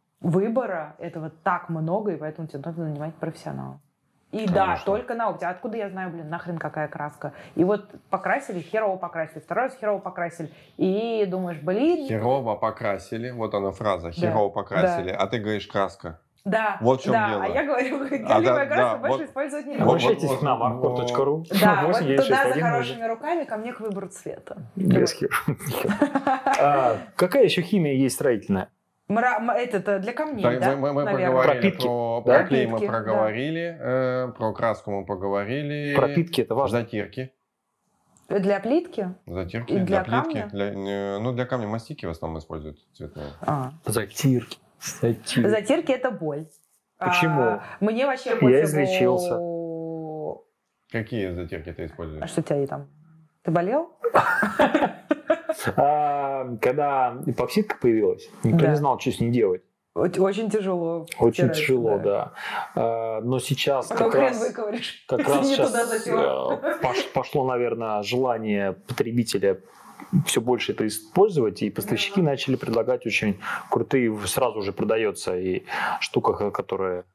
выбора, этого так много, и поэтому тебе надо нанимать профессионала. И да, Конечно. только на опыте. Откуда я знаю, нахрен какая краска? И вот покрасили, херово покрасили, второй раз херово покрасили. И думаешь, Херово покрасили, вот она фраза, херово покрасили, а ты говоришь краска. Да, Вот в чем да, дело. а я говорю, да, гелевая краска да, больше вот- использовать не вот- буду. Обращайтесь к нам, arcor.ru. Да, вот 8 9 6 туда за 1 хорошими руками ко мне к выбору цвета. Без Какая еще химия есть строительная? Это для камней, Так, да? мы наверное. проговорили Пропитки, про да? клей, мы Пропитки, да. проговорили, про краску мы поговорили. Пропитки это важно. Затирки. Для плитки? Затирки, И для плитки. камня? Для камня мастики в основном используют цветные. Затирки. Затирки — это боль. Почему? Мне вообще Я пофигу. излечился. Какие затирки ты А используешь? что у тебя там? Ты болел? Когда эпоксидка появилась, никто Да. не знал, что с ней делать. Очень тяжело. Очень втирать, тяжело, да. Но сейчас Потом как хрен раз... выковыришь. Как если раз не сейчас туда затер. пошло, наверное, желание потребителя все больше это использовать, и поставщики начали предлагать очень крутые, сразу же продается и штука, которая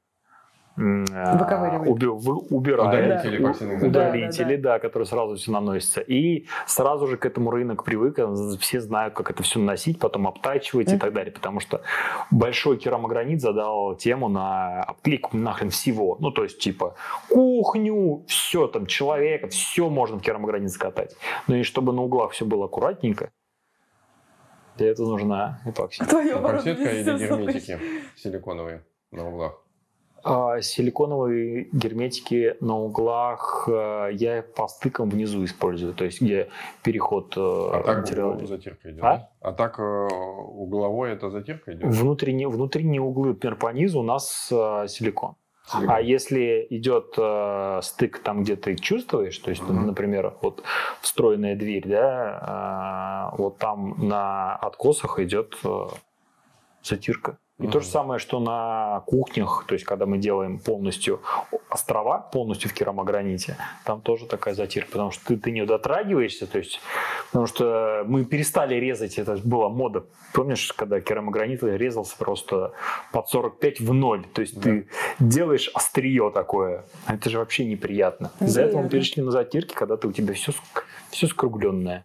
убирает. Удалители эпоксидных затирок. Удалители, да, которые сразу все наносятся. И сразу же к этому рынок привык, все знают, как это все наносить, потом обтачивать и так далее. Потому что большой керамогранит задал тему на обклейку нахрен всего. Ну, то есть, типа, кухню, все там, человека, все можно в керамогранит закатать. Ну и чтобы на углах все было аккуратненько, для этого нужна эпокси. Твое Эпоксидка или герметики силиконовые на углах? Силиконовые герметики на углах я по стыкам внизу использую, то есть где переход А так материала. затирка идет? Да? А так угловой это затирка идет? Внутренние углы, например, по низу у нас силикон. А если идет стык там, где ты чувствуешь, то есть, например, вот встроенная дверь, да, вот там на откосах идет затирка. И то же самое, что на кухнях, то есть когда мы делаем полностью острова полностью в керамограните, там тоже такая затирка, потому что ты не дотрагиваешься, то есть, потому что мы перестали резать, это была мода, помнишь, когда керамогранит резался просто под 45 в ноль, то есть ты делаешь острие такое, это же вообще неприятно. Из-за этого мы перешли на затирки, когда у тебя все скругленное.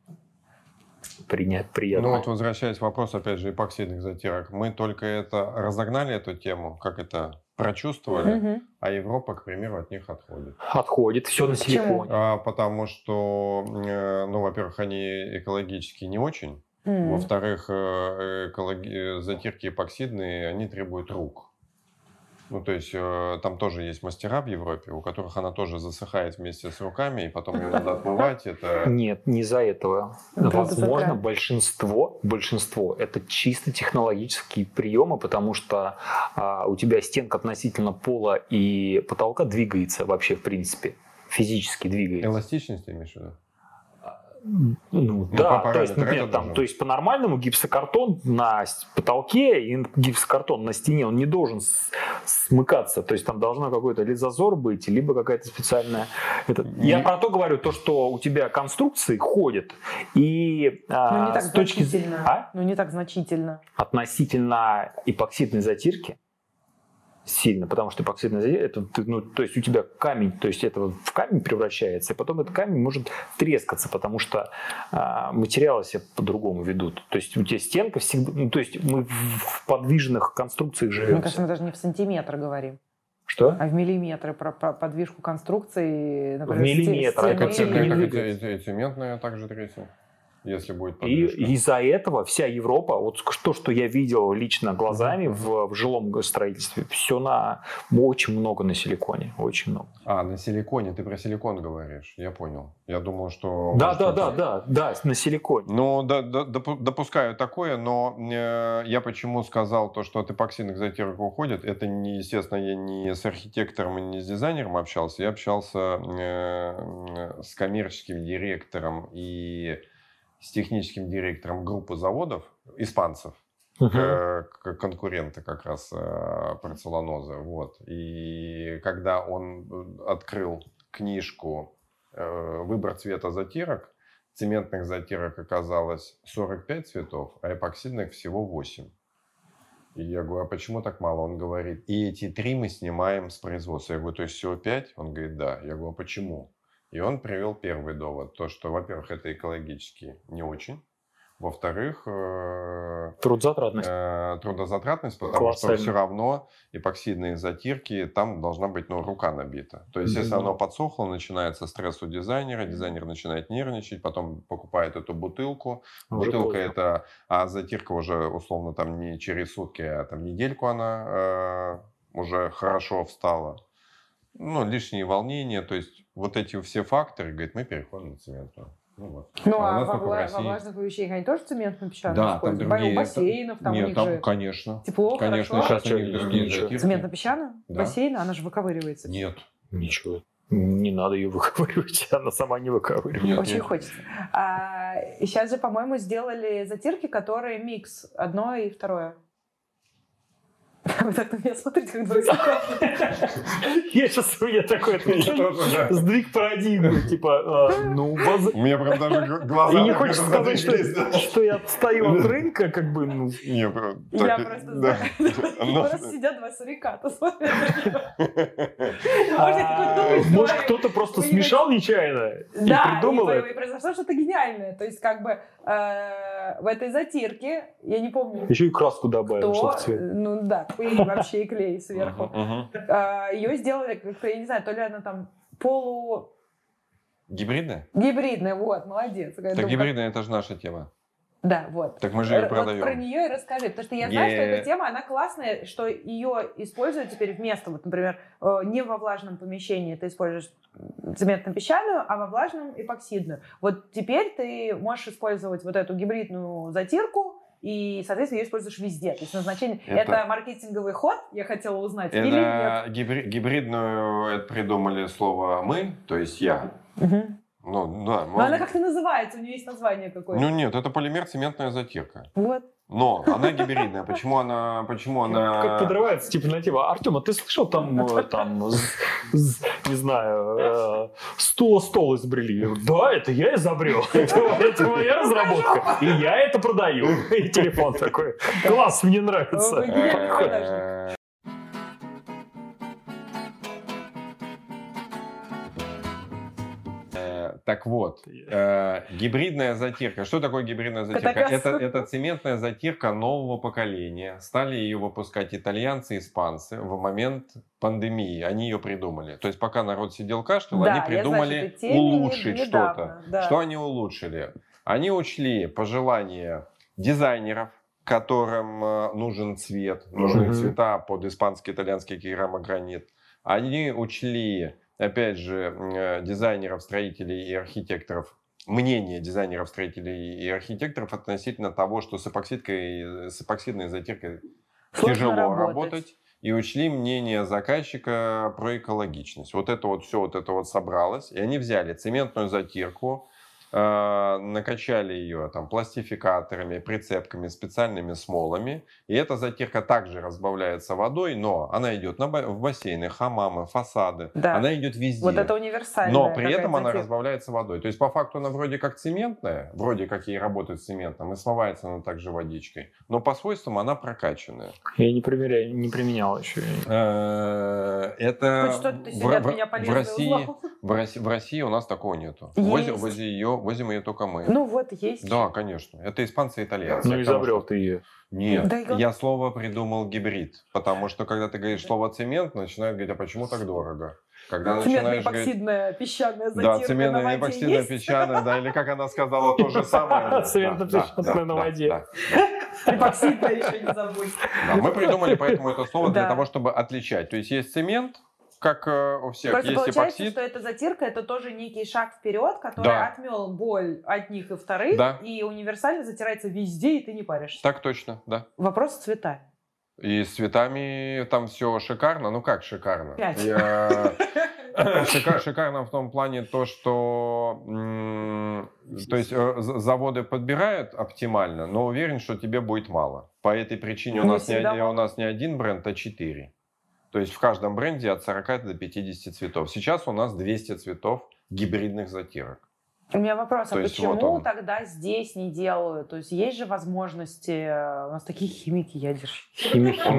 Приятно. Ну вот возвращаясь к вопросу, опять же, эпоксидных затирок, мы только это разогнали эту тему, как это прочувствовали, а Европа, к примеру, от них отходит. Отходит, все на силиконе. Потому что, ну, во-первых, они экологически не очень, во-вторых, затирки эпоксидные, они требуют рук. Ну, то есть там тоже есть мастера в Европе, у которых она тоже засыхает вместе с руками, и потом ее надо отмывать. Это... Нет, не из-за этого. Возможно, большинство это чисто технологические приемы, потому что у тебя стенка относительно пола и потолка двигается вообще, в принципе, физически двигается. Эластичность, имеешь в виду? Ну, да, то есть, например, то есть по-нормальному гипсокартон на потолке и гипсокартон на стене, он не должен смыкаться, то есть там должно какой-то ли зазор быть, либо какая-то специальная... Я про то говорю, то, что у тебя конструкции ходят, и не так с точки зрения... Ну, не так значительно. Относительно эпоксидной затирки, сильно, потому что эпоксидная затирка, то есть у тебя камень, то есть это в камень превращается, и потом этот камень может трескаться, потому что материалы себя по-другому ведут. То есть у тебя стенка всегда, то есть мы в подвижных конструкциях живем. Мне кажется, мы даже не в сантиметр говорим. Что? А в миллиметры про подвижку конструкции, например, в миллиметр. Цементная также третья. Если будет подвижка. И из-за этого вся Европа, вот то, что я видел лично глазами в жилом строительстве, все очень много на силиконе, очень много. На силиконе, ты про силикон говоришь, я понял. Я думал, что... Да, на силиконе. Ну, допускаю такое, но я почему сказал то, что от эпоксидных затирок уходит, это, естественно, я не с архитектором и не с дизайнером общался, я общался с коммерческим директором и с техническим директором группы заводов, испанцев, конкурента как раз порцеланоза. Вот. И когда он открыл книжку «Выбор цвета затирок», цементных затирок оказалось 45 цветов, а эпоксидных всего 8. И я говорю, а почему так мало? Он говорит, и эти 3 мы снимаем с производства. Я говорю, то есть всего 5? Он говорит, да. Я говорю, а почему? И он привел первый довод, то, что, во-первых, это экологически не очень, во-вторых, трудозатратность, потому что все равно эпоксидные затирки, там должна быть рука набита. То есть, если оно подсохло, начинается стресс у дизайнера, дизайнер начинает нервничать, потом покупает эту бутылку. Бутылка это, а затирка уже условно там не через сутки, а там недельку она уже хорошо встала. Ну, лишние волнения, то есть вот эти все факторы, говорит, мы переходим на цементную. Ну, во влажных помещениях они тоже цементную песчаную используют? Там другие... У бассейнов там Нет, у них там, же конечно. Тепло, конечно, хорошо? сейчас у них другие затирки. Цементно-песчаная? Да. Бассейн, она же выковыривается. Нет. Ничего. Не надо ее выковыривать, она сама не выковыривает. Очень хочется. И сейчас же, по-моему, сделали затирки, которые микс одно и второе. Вы так на меня смотрите, как друзья. Я сейчас у меня такой сдвиг парадигмы, типа, У меня прям даже глаза... И не хочется сказать, что я отстаю от рынка, как бы, Я просто знаю. Просто сидят два суриката. Может, кто-то просто смешал нечаянно и придумал это? Да, и произошло что-то гениальное. То есть, как бы, в этой затирке, я не помню... Еще и краску добавил, что в цвет. Ну да, и вообще и клей сверху. Ее сделали как-то, я не знаю, то ли она там Гибридная? Гибридная, вот, молодец. Так гибридная, это же наша тема. Да, вот. Так мы же ее продаем. Вот про нее и расскажи, потому что я знаю, что эта тема, она классная, что ее используют теперь вместо, вот, например, не во влажном помещении ты используешь цементно-песчаную, а во влажном эпоксидную. Вот теперь ты можешь использовать вот эту гибридную затирку, и, соответственно, ее используешь везде. То есть назначение... Это маркетинговый ход, я хотела узнать, или нет? Гибридную это придумали слово «мы», то есть я. Ну, да. Но она как-то называется, у нее есть название какое-то. Ну нет, это полимер-цементная затирка. Вот. Но она гибридная. Почему она... Как подрывается, типа, на тему. Артем, а ты слышал, там не знаю, стол изобрели? Да, это я изобрел. Это моя разработка. И я это продаю. И телефон такой. Класс, мне нравится. Так вот, гибридная затирка. Что такое гибридная затирка? Это цементная затирка нового поколения. Стали ее выпускать итальянцы и испанцы в момент пандемии. Они ее придумали. То есть пока народ сидел кашлял, они придумали улучшить что-то. Да. Что они улучшили? Они учли пожелания дизайнеров, которым нужен цвет, нужны цвета под испанский, итальянский керамогранит. Они учли, опять же, дизайнеров, строителей и архитекторов, мнение дизайнеров, строителей и архитекторов относительно того, что с эпоксидной затиркой тяжело работать. И учли мнение заказчика про экологичность. Вот это вот все вот это вот собралось. И они взяли цементную затирку, накачали ее там пластификаторами, прицепками, специальными смолами. И эта затирка также разбавляется водой, но она идет в бассейны, хамамы, фасады. Да. Она идет везде. Вот это универсальная. Но при этом она разбавляется водой. То есть по факту она вроде как цементная, вроде как и работает с цементом, и смывается она также водичкой. Но по свойствам она прокачанная. Я не применял еще. Это в России у нас такого нету. Возим ее только мы. Ну вот, есть. Да, конечно. Это испанцы и итальянцы. Ну, изобрел ты ее. Нет, я слово придумал гибрид. Потому что, когда ты говоришь слово цемент, начинают говорить, а почему так дорого? Когда цементно-эпоксидная песчаная затирка. Да, цементно-эпоксидная песчаная, да, или как она сказала, то же самое. Цементно-песчаная на воде. Эпоксидная еще не забудь. Мы придумали поэтому это слово для того, чтобы отличать. То есть есть цемент, как у всех. Просто есть получается, эпоксид. что эта затирка это тоже некий шаг вперед, который отмел боль одних и вторых, и универсально затирается везде, и ты не паришься. Так точно, да. Вопрос с цветами. И с цветами там все шикарно. Ну как шикарно? 5. Шикарно в том плане то, что то есть заводы подбирают оптимально, но уверен, что тебе будет мало. По этой причине у нас не один бренд, а 4. То есть в каждом бренде от 40 до 50 цветов. Сейчас у нас 200 цветов гибридных затирок. У меня вопрос, а почему тогда здесь не делают? То есть есть же возможности, у нас такие химики ядерщики. У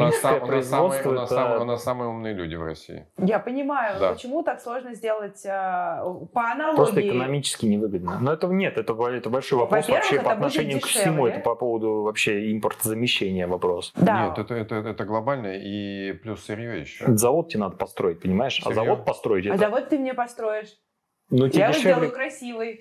нас самые умные люди в России. Я понимаю, почему так сложно сделать по аналогии? Просто экономически невыгодно. Но это нет, это большой вопрос вообще по отношению к всему. Это по поводу вообще импортозамещения вопрос. Нет, это глобально и плюс сырье еще. Завод тебе надо построить, понимаешь? А завод построить... А завод ты мне построишь. Ну, я его сделаю красивый.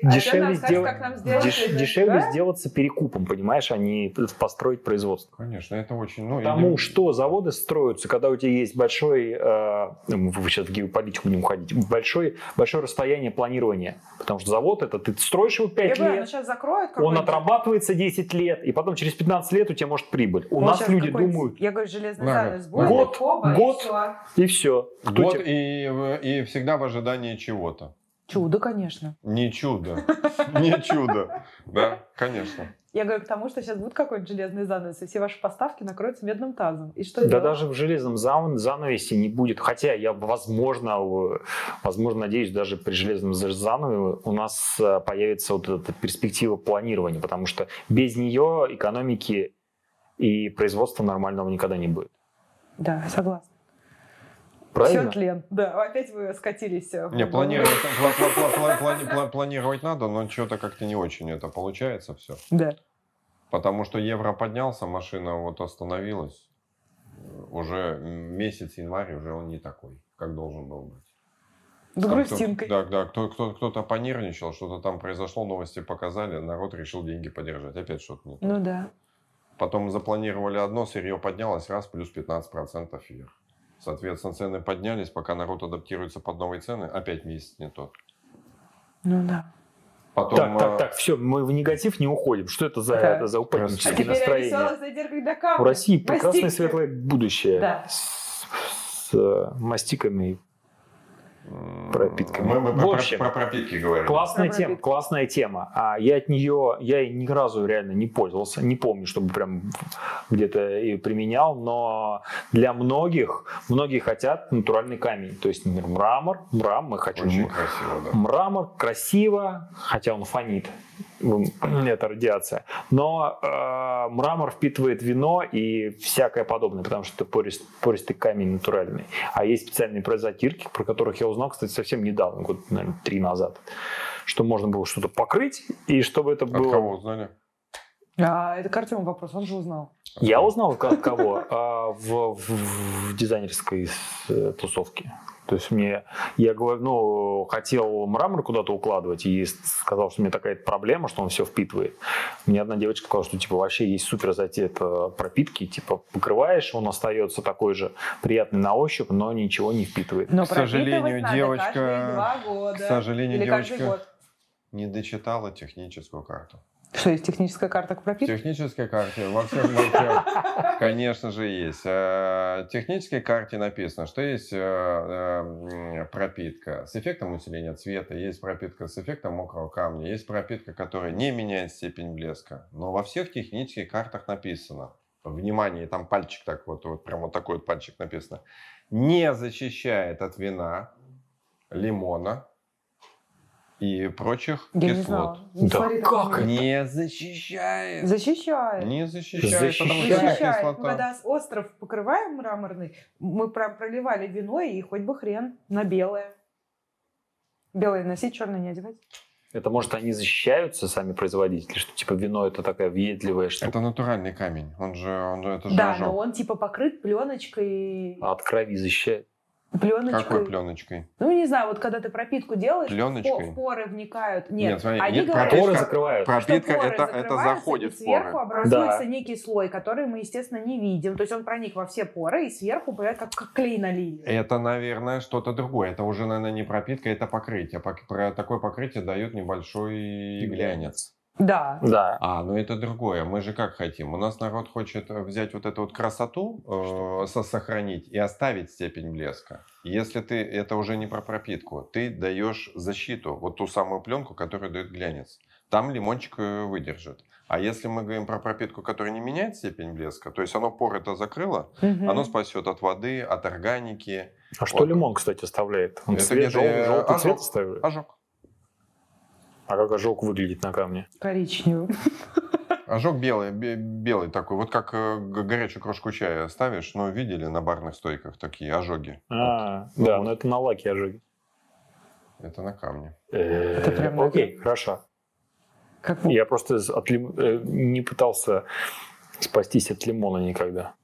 Дешевле сделаться перекупом, понимаешь, а не построить производство. Конечно, это очень... Потому что заводы строятся, когда у тебя есть большой... Вы сейчас в геополитику не уходите. Большое расстояние планирования. Потому что завод это ты строишь его 5 лет, сейчас закроют он отрабатывается 10 лет, и потом через 15 лет у тебя может прибыль. У нас люди думают... Я говорю, железный занавес будет, год, и все. Год, и всегда в ожидании чего-то. Чудо, конечно. Не чудо. Не чудо. Да, конечно. Я говорю к тому, что сейчас будет какой-нибудь железный занавес, и все ваши поставки накроются медным тазом. И что да делать? Даже в железном занавесе не будет. Хотя я, возможно, надеюсь, даже при железном занавесе у нас появится вот эта перспектива планирования, потому что без нее экономики и производства нормального никогда не будет. Да, согласна. Правильно? Все тлен. Да, опять вы скатились. Не, планировать надо, но что-то как-то не очень это получается все. Да. Потому что евро поднялся, машина вот остановилась. Уже месяц январь, уже он не такой, как должен был быть. С грустинкой. Да, кто-то понервничал, что-то там произошло, новости показали, народ решил деньги подержать. Опять что-то не то. Ну да. Потом запланировали одно, сырье поднялось, раз, плюс 15% вверх. Соответственно, цены поднялись, пока народ адаптируется под новые цены, опять месяц не тот. Ну да. Потом, так, все, мы в негатив не уходим. Что это за упаднические настроения? У России прекрасное светлое будущее с мастиками. пропитками. Мы В общем, про пропитки говорим. Классная тема. А я ни разу реально не пользовался, не помню, чтобы прям где-то и применял, но для многие хотят натуральный камень. То есть, например, мрамор, мы хотим. Очень красиво, да. Мрамор красиво, хотя он фонит. Это радиация. Но мрамор впитывает вино и всякое подобное, потому что это пористый камень натуральный. А есть специальные затирки, про которых я узнал, кстати, совсем недавно, год, наверное, 3 назад, что можно было что-то покрыть, и чтобы это было... От кого узнали? Это к Артему вопрос, он же узнал. Я узнал от кого? В дизайнерской тусовке. То есть я говорю, хотел мрамор куда-то укладывать, и сказал, что у меня такая проблема, что он все впитывает. Мне одна девочка сказала, что типа вообще есть супер затея пропитки, типа покрываешь, он остается такой же приятный на ощупь, но ничего не впитывает. Но к сожалению, девочка каждые 2 года. К сожалению, или девочка каждый год. не дочитала техническую карту. Что, есть техническая карта к пропитке? Техническая карта во всех случаях, конечно же, есть. В технической карте написано, что есть пропитка с эффектом усиления цвета, есть пропитка с эффектом мокрого камня, есть пропитка, которая не меняет степень блеска. Но во всех технических картах написано, внимание, там пальчик так вот прям вот такой вот пальчик написано, не защищает от вина, лимона и прочих кислот. Да как? Не защищает. Защищает. Не защищает, потому что это Защищает. Мы кислота. когда остров покрываем мраморный, мы проливали вино, и хоть бы хрен на белое. Белое носить, черное не одевать. Это может они защищаются, сами производители, что типа вино это такая въедливая штука. Это натуральный камень. Это же Да, ожог. но он типа покрыт пленочкой. От крови защищает. Пленочкой. Какой пленочкой? Ну, не знаю, вот когда ты пропитку делаешь, Пленочкой? в поры вникают. Нет, смотри, они нет, говорят, Поры пропитка- закрывают. Пропитка что поры это закрываются, заходит и в сверху поры. образуется Да. некий слой, который мы, естественно, не видим. То есть он проник во все поры, и сверху бывает как клей налили. Это, наверное, что-то другое. Это уже, наверное, не пропитка, это покрытие. Такое покрытие дает небольшой глянец. Да. Да. Ну это другое. Мы же как хотим? У нас народ хочет взять вот эту вот красоту, сохранить и оставить степень блеска. Если ты, это уже не про пропитку, ты даешь защиту, вот ту самую пленку, которая дает глянец. Там лимончик выдержит. А если мы говорим про пропитку, которая не меняет степень блеска, то есть оно поры это закрыло, Мгм. оно спасет от воды, от органики. А что Вот. лимон, кстати, оставляет? Он Это цвет, где-то, желтый цвет ожог. оставляет. Ожог. А как ожог выглядит на камне? Коричневым. Ожог белый такой, вот как горячую кружку чая ставишь, ну, видели на барных стойках такие ожоги? Да, вот. но это на лаке ожоги. Это на камне. прям на Окей, хорошо. Как Я просто не пытался спастись от лимона никогда.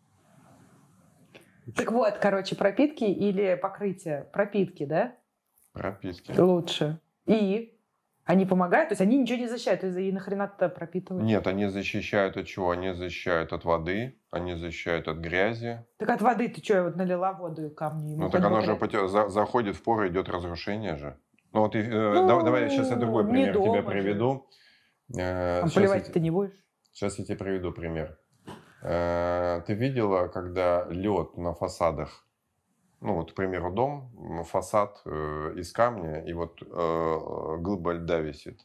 Так вот, короче, пропитки или покрытие? Пропитки, да? Пропитки. Лучше. И они помогают? То есть они ничего не защищают, и нахрена-то пропитывают? Нет, они защищают от чего? Они защищают от воды, они защищают от грязи. Так от воды ты что, я вот налила воду и камни? Ну так оно же заходит в поры, идет разрушение же. Ну вот давай сейчас я другой не пример тебе дома же. приведу. Поливать ты не будешь? Сейчас я тебе приведу пример. Ты видела, когда лед на фасадах, ну вот, к примеру, дом, фасад из камня, и вот глыба льда висит.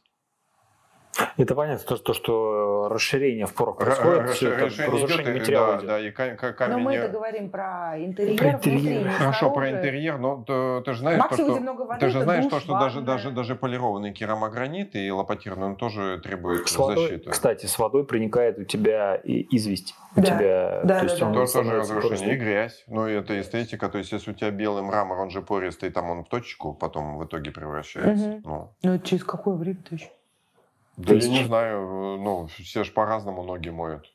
Это понятно, то, что расширение в порах происходит, все это разрушение материала идет. Да, и камень... Но мы-то говорим про интерьер, Про интерьер. внутренний, Хорошо, про снаружи. интерьер, но ты же знаешь, Максимум, где что... много воды, Ты же это знаешь, душ, что ванная. даже полированный керамогранит и лопатированный, он тоже требует С водой, защиты. кстати, с водой проникает у тебя и известь. У Да. тебя, Да, то есть да, он да. Тоже становится разрушение. И поростным. грязь. Ну, и это эстетика. То есть, если у тебя белый мрамор, он же пористый, там он в точку потом в итоге превращается. Мгм. Ну, Ну, это через какое время-то еще? да я есть- не знаю, ну, все же по-разному ноги моют.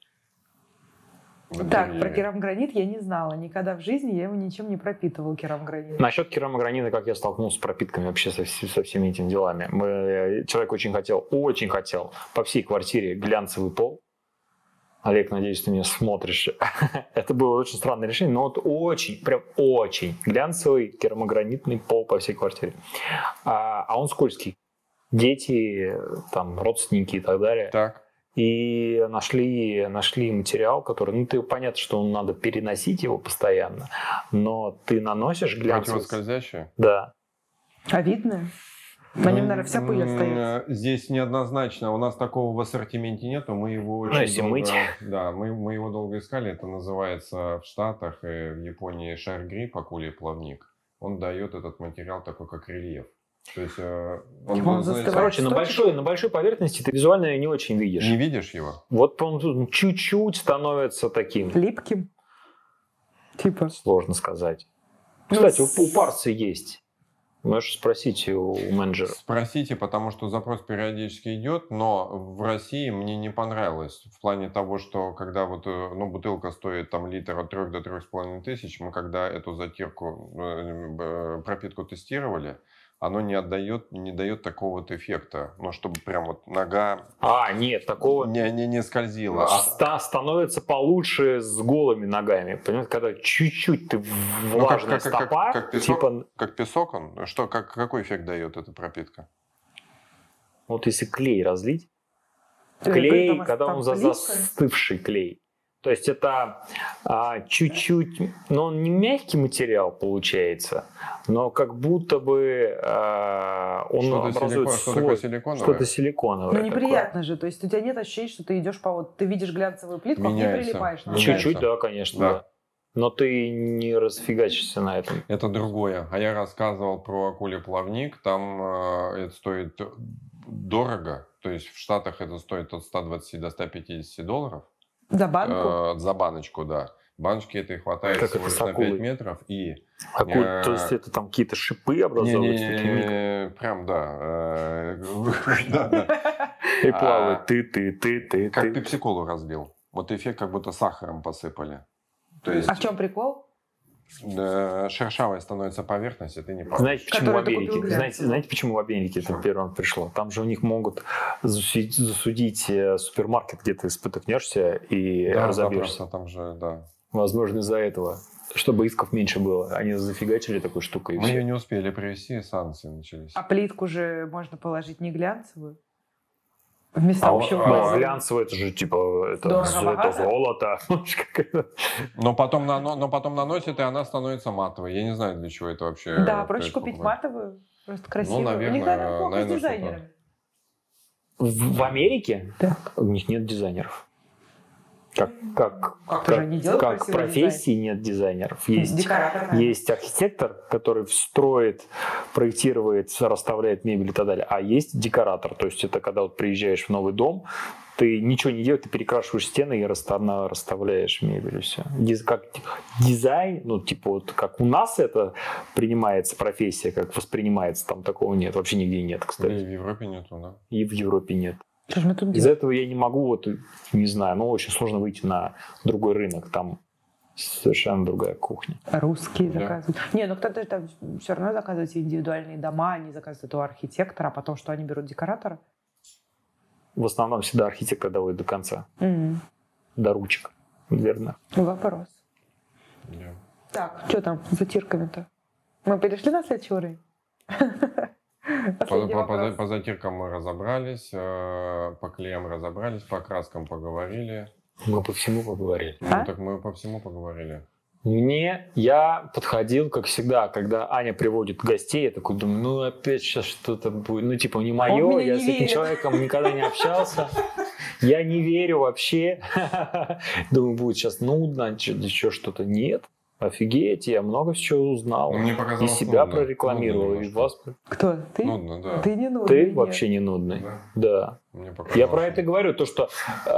В Так, про интерьере. керамогранит я не знала. Никогда в жизни я его ничем не пропитывал, керамогранит. Насчет керамогранита, как я столкнулся с пропитками вообще со всеми этими делами. Человек очень хотел по всей квартире глянцевый пол. Олег, надеюсь, ты меня смотришь. Это было очень странное решение, но вот прям очень глянцевый керамогранитный пол по всей квартире. А он скользкий. Дети, там, родственники и так далее. Так. И нашли материал, который, ну, ты понятно, что надо переносить его постоянно, но ты наносишь глянцевый... Противоскользящее? Да. А видно? На нем, наверное, вся пыль остается. Здесь неоднозначно. У нас такого в ассортименте нету. Мы его очень если долго... мыть. Да, мы его долго искали. Это называется в Штатах и в Японии шар-грипп, акулий плавник. Он дает этот материал такой, как рельеф. То есть Он застывает. Короче, на большой поверхности ты визуально не очень видишь. Не видишь его? Вот он тут чуть-чуть становится таким. Липким? Типа. Сложно сказать. Ну, Кстати, у Парсы есть. Можешь спросить у менеджера. Спросите, потому что запрос периодически идет, но в России мне не понравилось. В плане того, что когда вот, бутылка стоит там литр от 3 до 3,5 тысяч, мы когда эту затирку, пропитку тестировали, оно не дает такого вот эффекта, чтобы прям вот нога Нет, такого не скользила. становится получше с голыми ногами. Понимаете, когда чуть-чуть ты влажная стопа, как песок, типа... Как песок он? Какой эффект дает эта пропитка? Вот если клей разлить, Клей, когда он застывший клей. То есть это чуть-чуть, но он не мягкий материал получается, но как будто бы он образует что-то силиконовое. Что-то силиконовое. Ну неприятно же, то есть у тебя нет ощущения, что ты идешь ты видишь глянцевую плитку, а не прилипаешь. Чуть-чуть, да, конечно, да. Но ты не расфигачишься на этом. Это другое. А я рассказывал про акулий плавник, там это стоит дорого, то есть в Штатах это стоит от 120 до 150 долларов. За банку? За баночку, да. Баночки этой хватает всего лишь на 5 метров. То есть это там какие-то шипы образовываются? Прям, да. И плавает ты. Как пепси-колу разбил. Вот эффект, как будто сахаром посыпали. То есть, а в чем прикол? Шершавая становится поверхность, и ты не плаваешь. Знаете, почему в Америке? Знаете, почему в Америке это первым пришло? Там же у них могут засудить супермаркет, где ты спотыкнешься и разобьешься. Там же, да. Возможно, из-за этого. Чтобы исков меньше было. Они зафигачили такой штукой. Мы ее не успели привезти, санкции начались. А плитку же можно положить не глянцевую? Вместо общего пользования. Глянцевое, это же типа это золото. Но потом наносит, и она становится матовой. Я не знаю, для чего это вообще. Да, проще купить матовую, просто красивую. Наверное, у них, наверное, плохо с дизайнерами. В Америке у них нет дизайнеров. Как профессии нет дизайнеров. Есть архитектор, который строит, проектирует, расставляет мебель и так далее. А есть декоратор. То есть это когда вот приезжаешь в новый дом, ты ничего не делаешь, ты перекрашиваешь стены и расставляешь мебель. И все. Как дизайн, вот как у нас это принимается профессия, как воспринимается, там такого нет. Вообще нигде нет, кстати. И в Европе нету, да? И в Европе нет. Что же мы тут делаем? Из-за этого я не могу, не знаю, очень сложно выйти на другой рынок. Там совершенно другая кухня. Русские заказывают. Не, кто-то там все равно заказывает индивидуальные дома, они заказывают у архитектора, а потом что, они берут декоратора? В основном всегда архитектор доводит до конца. До ручек, верно. Вопрос. Так, что там с затирками-то? Мы перешли на следующий уровень? По затиркам мы разобрались, по клеям разобрались, по краскам поговорили. Мы по всему поговорили. Так мы по всему поговорили. Я подходил, как всегда, когда Аня приводит гостей, я такой думаю, опять сейчас что-то будет, не мое, я с этим человеком никогда не общался, я не верю вообще, думаю, будет сейчас нудно, еще что-то. Нет. Офигеть, я много чего узнал. Мне и себя нудно. Прорекламировал, и вас. Кто? Ты? Нудно, да. Ты не нудный. Ты нет. вообще не нудный. Да. Я про это говорю, то, что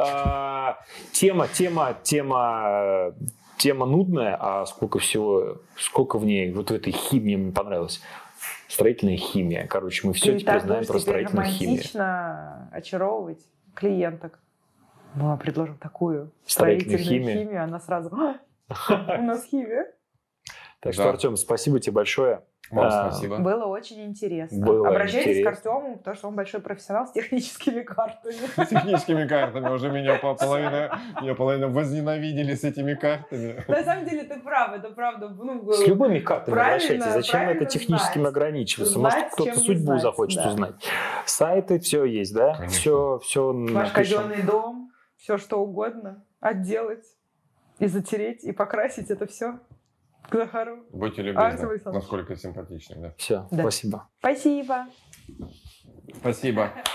тема нудная, а сколько в ней, вот в этой химии мне понравилось. Строительная химия. Короче, мы все теперь знаем про строительную химию. Романтично очаровывать клиенток. Мы вам предложим такую строительную химию. Она сразу... У нас химия. Так что, Артем, спасибо тебе большое. Вам спасибо. Было очень интересно. Было Обращайтесь интересно. к Артему, потому что он большой профессионал с техническими картами. С техническими картами. Уже меня половина возненавидели с этими картами. На самом деле ты прав, это правда. С любыми картами обращайтесь. Зачем это техническим ограничиваться? Может, кто-то судьбу захочет узнать. Сайты, все есть, да? Все ваш казенный дом, все что угодно. Отделать и затереть, и покрасить это все. К Захару. Будьте А, любезны, смысл? насколько симпатичны. Да. Все, Да. спасибо. Спасибо. Спасибо.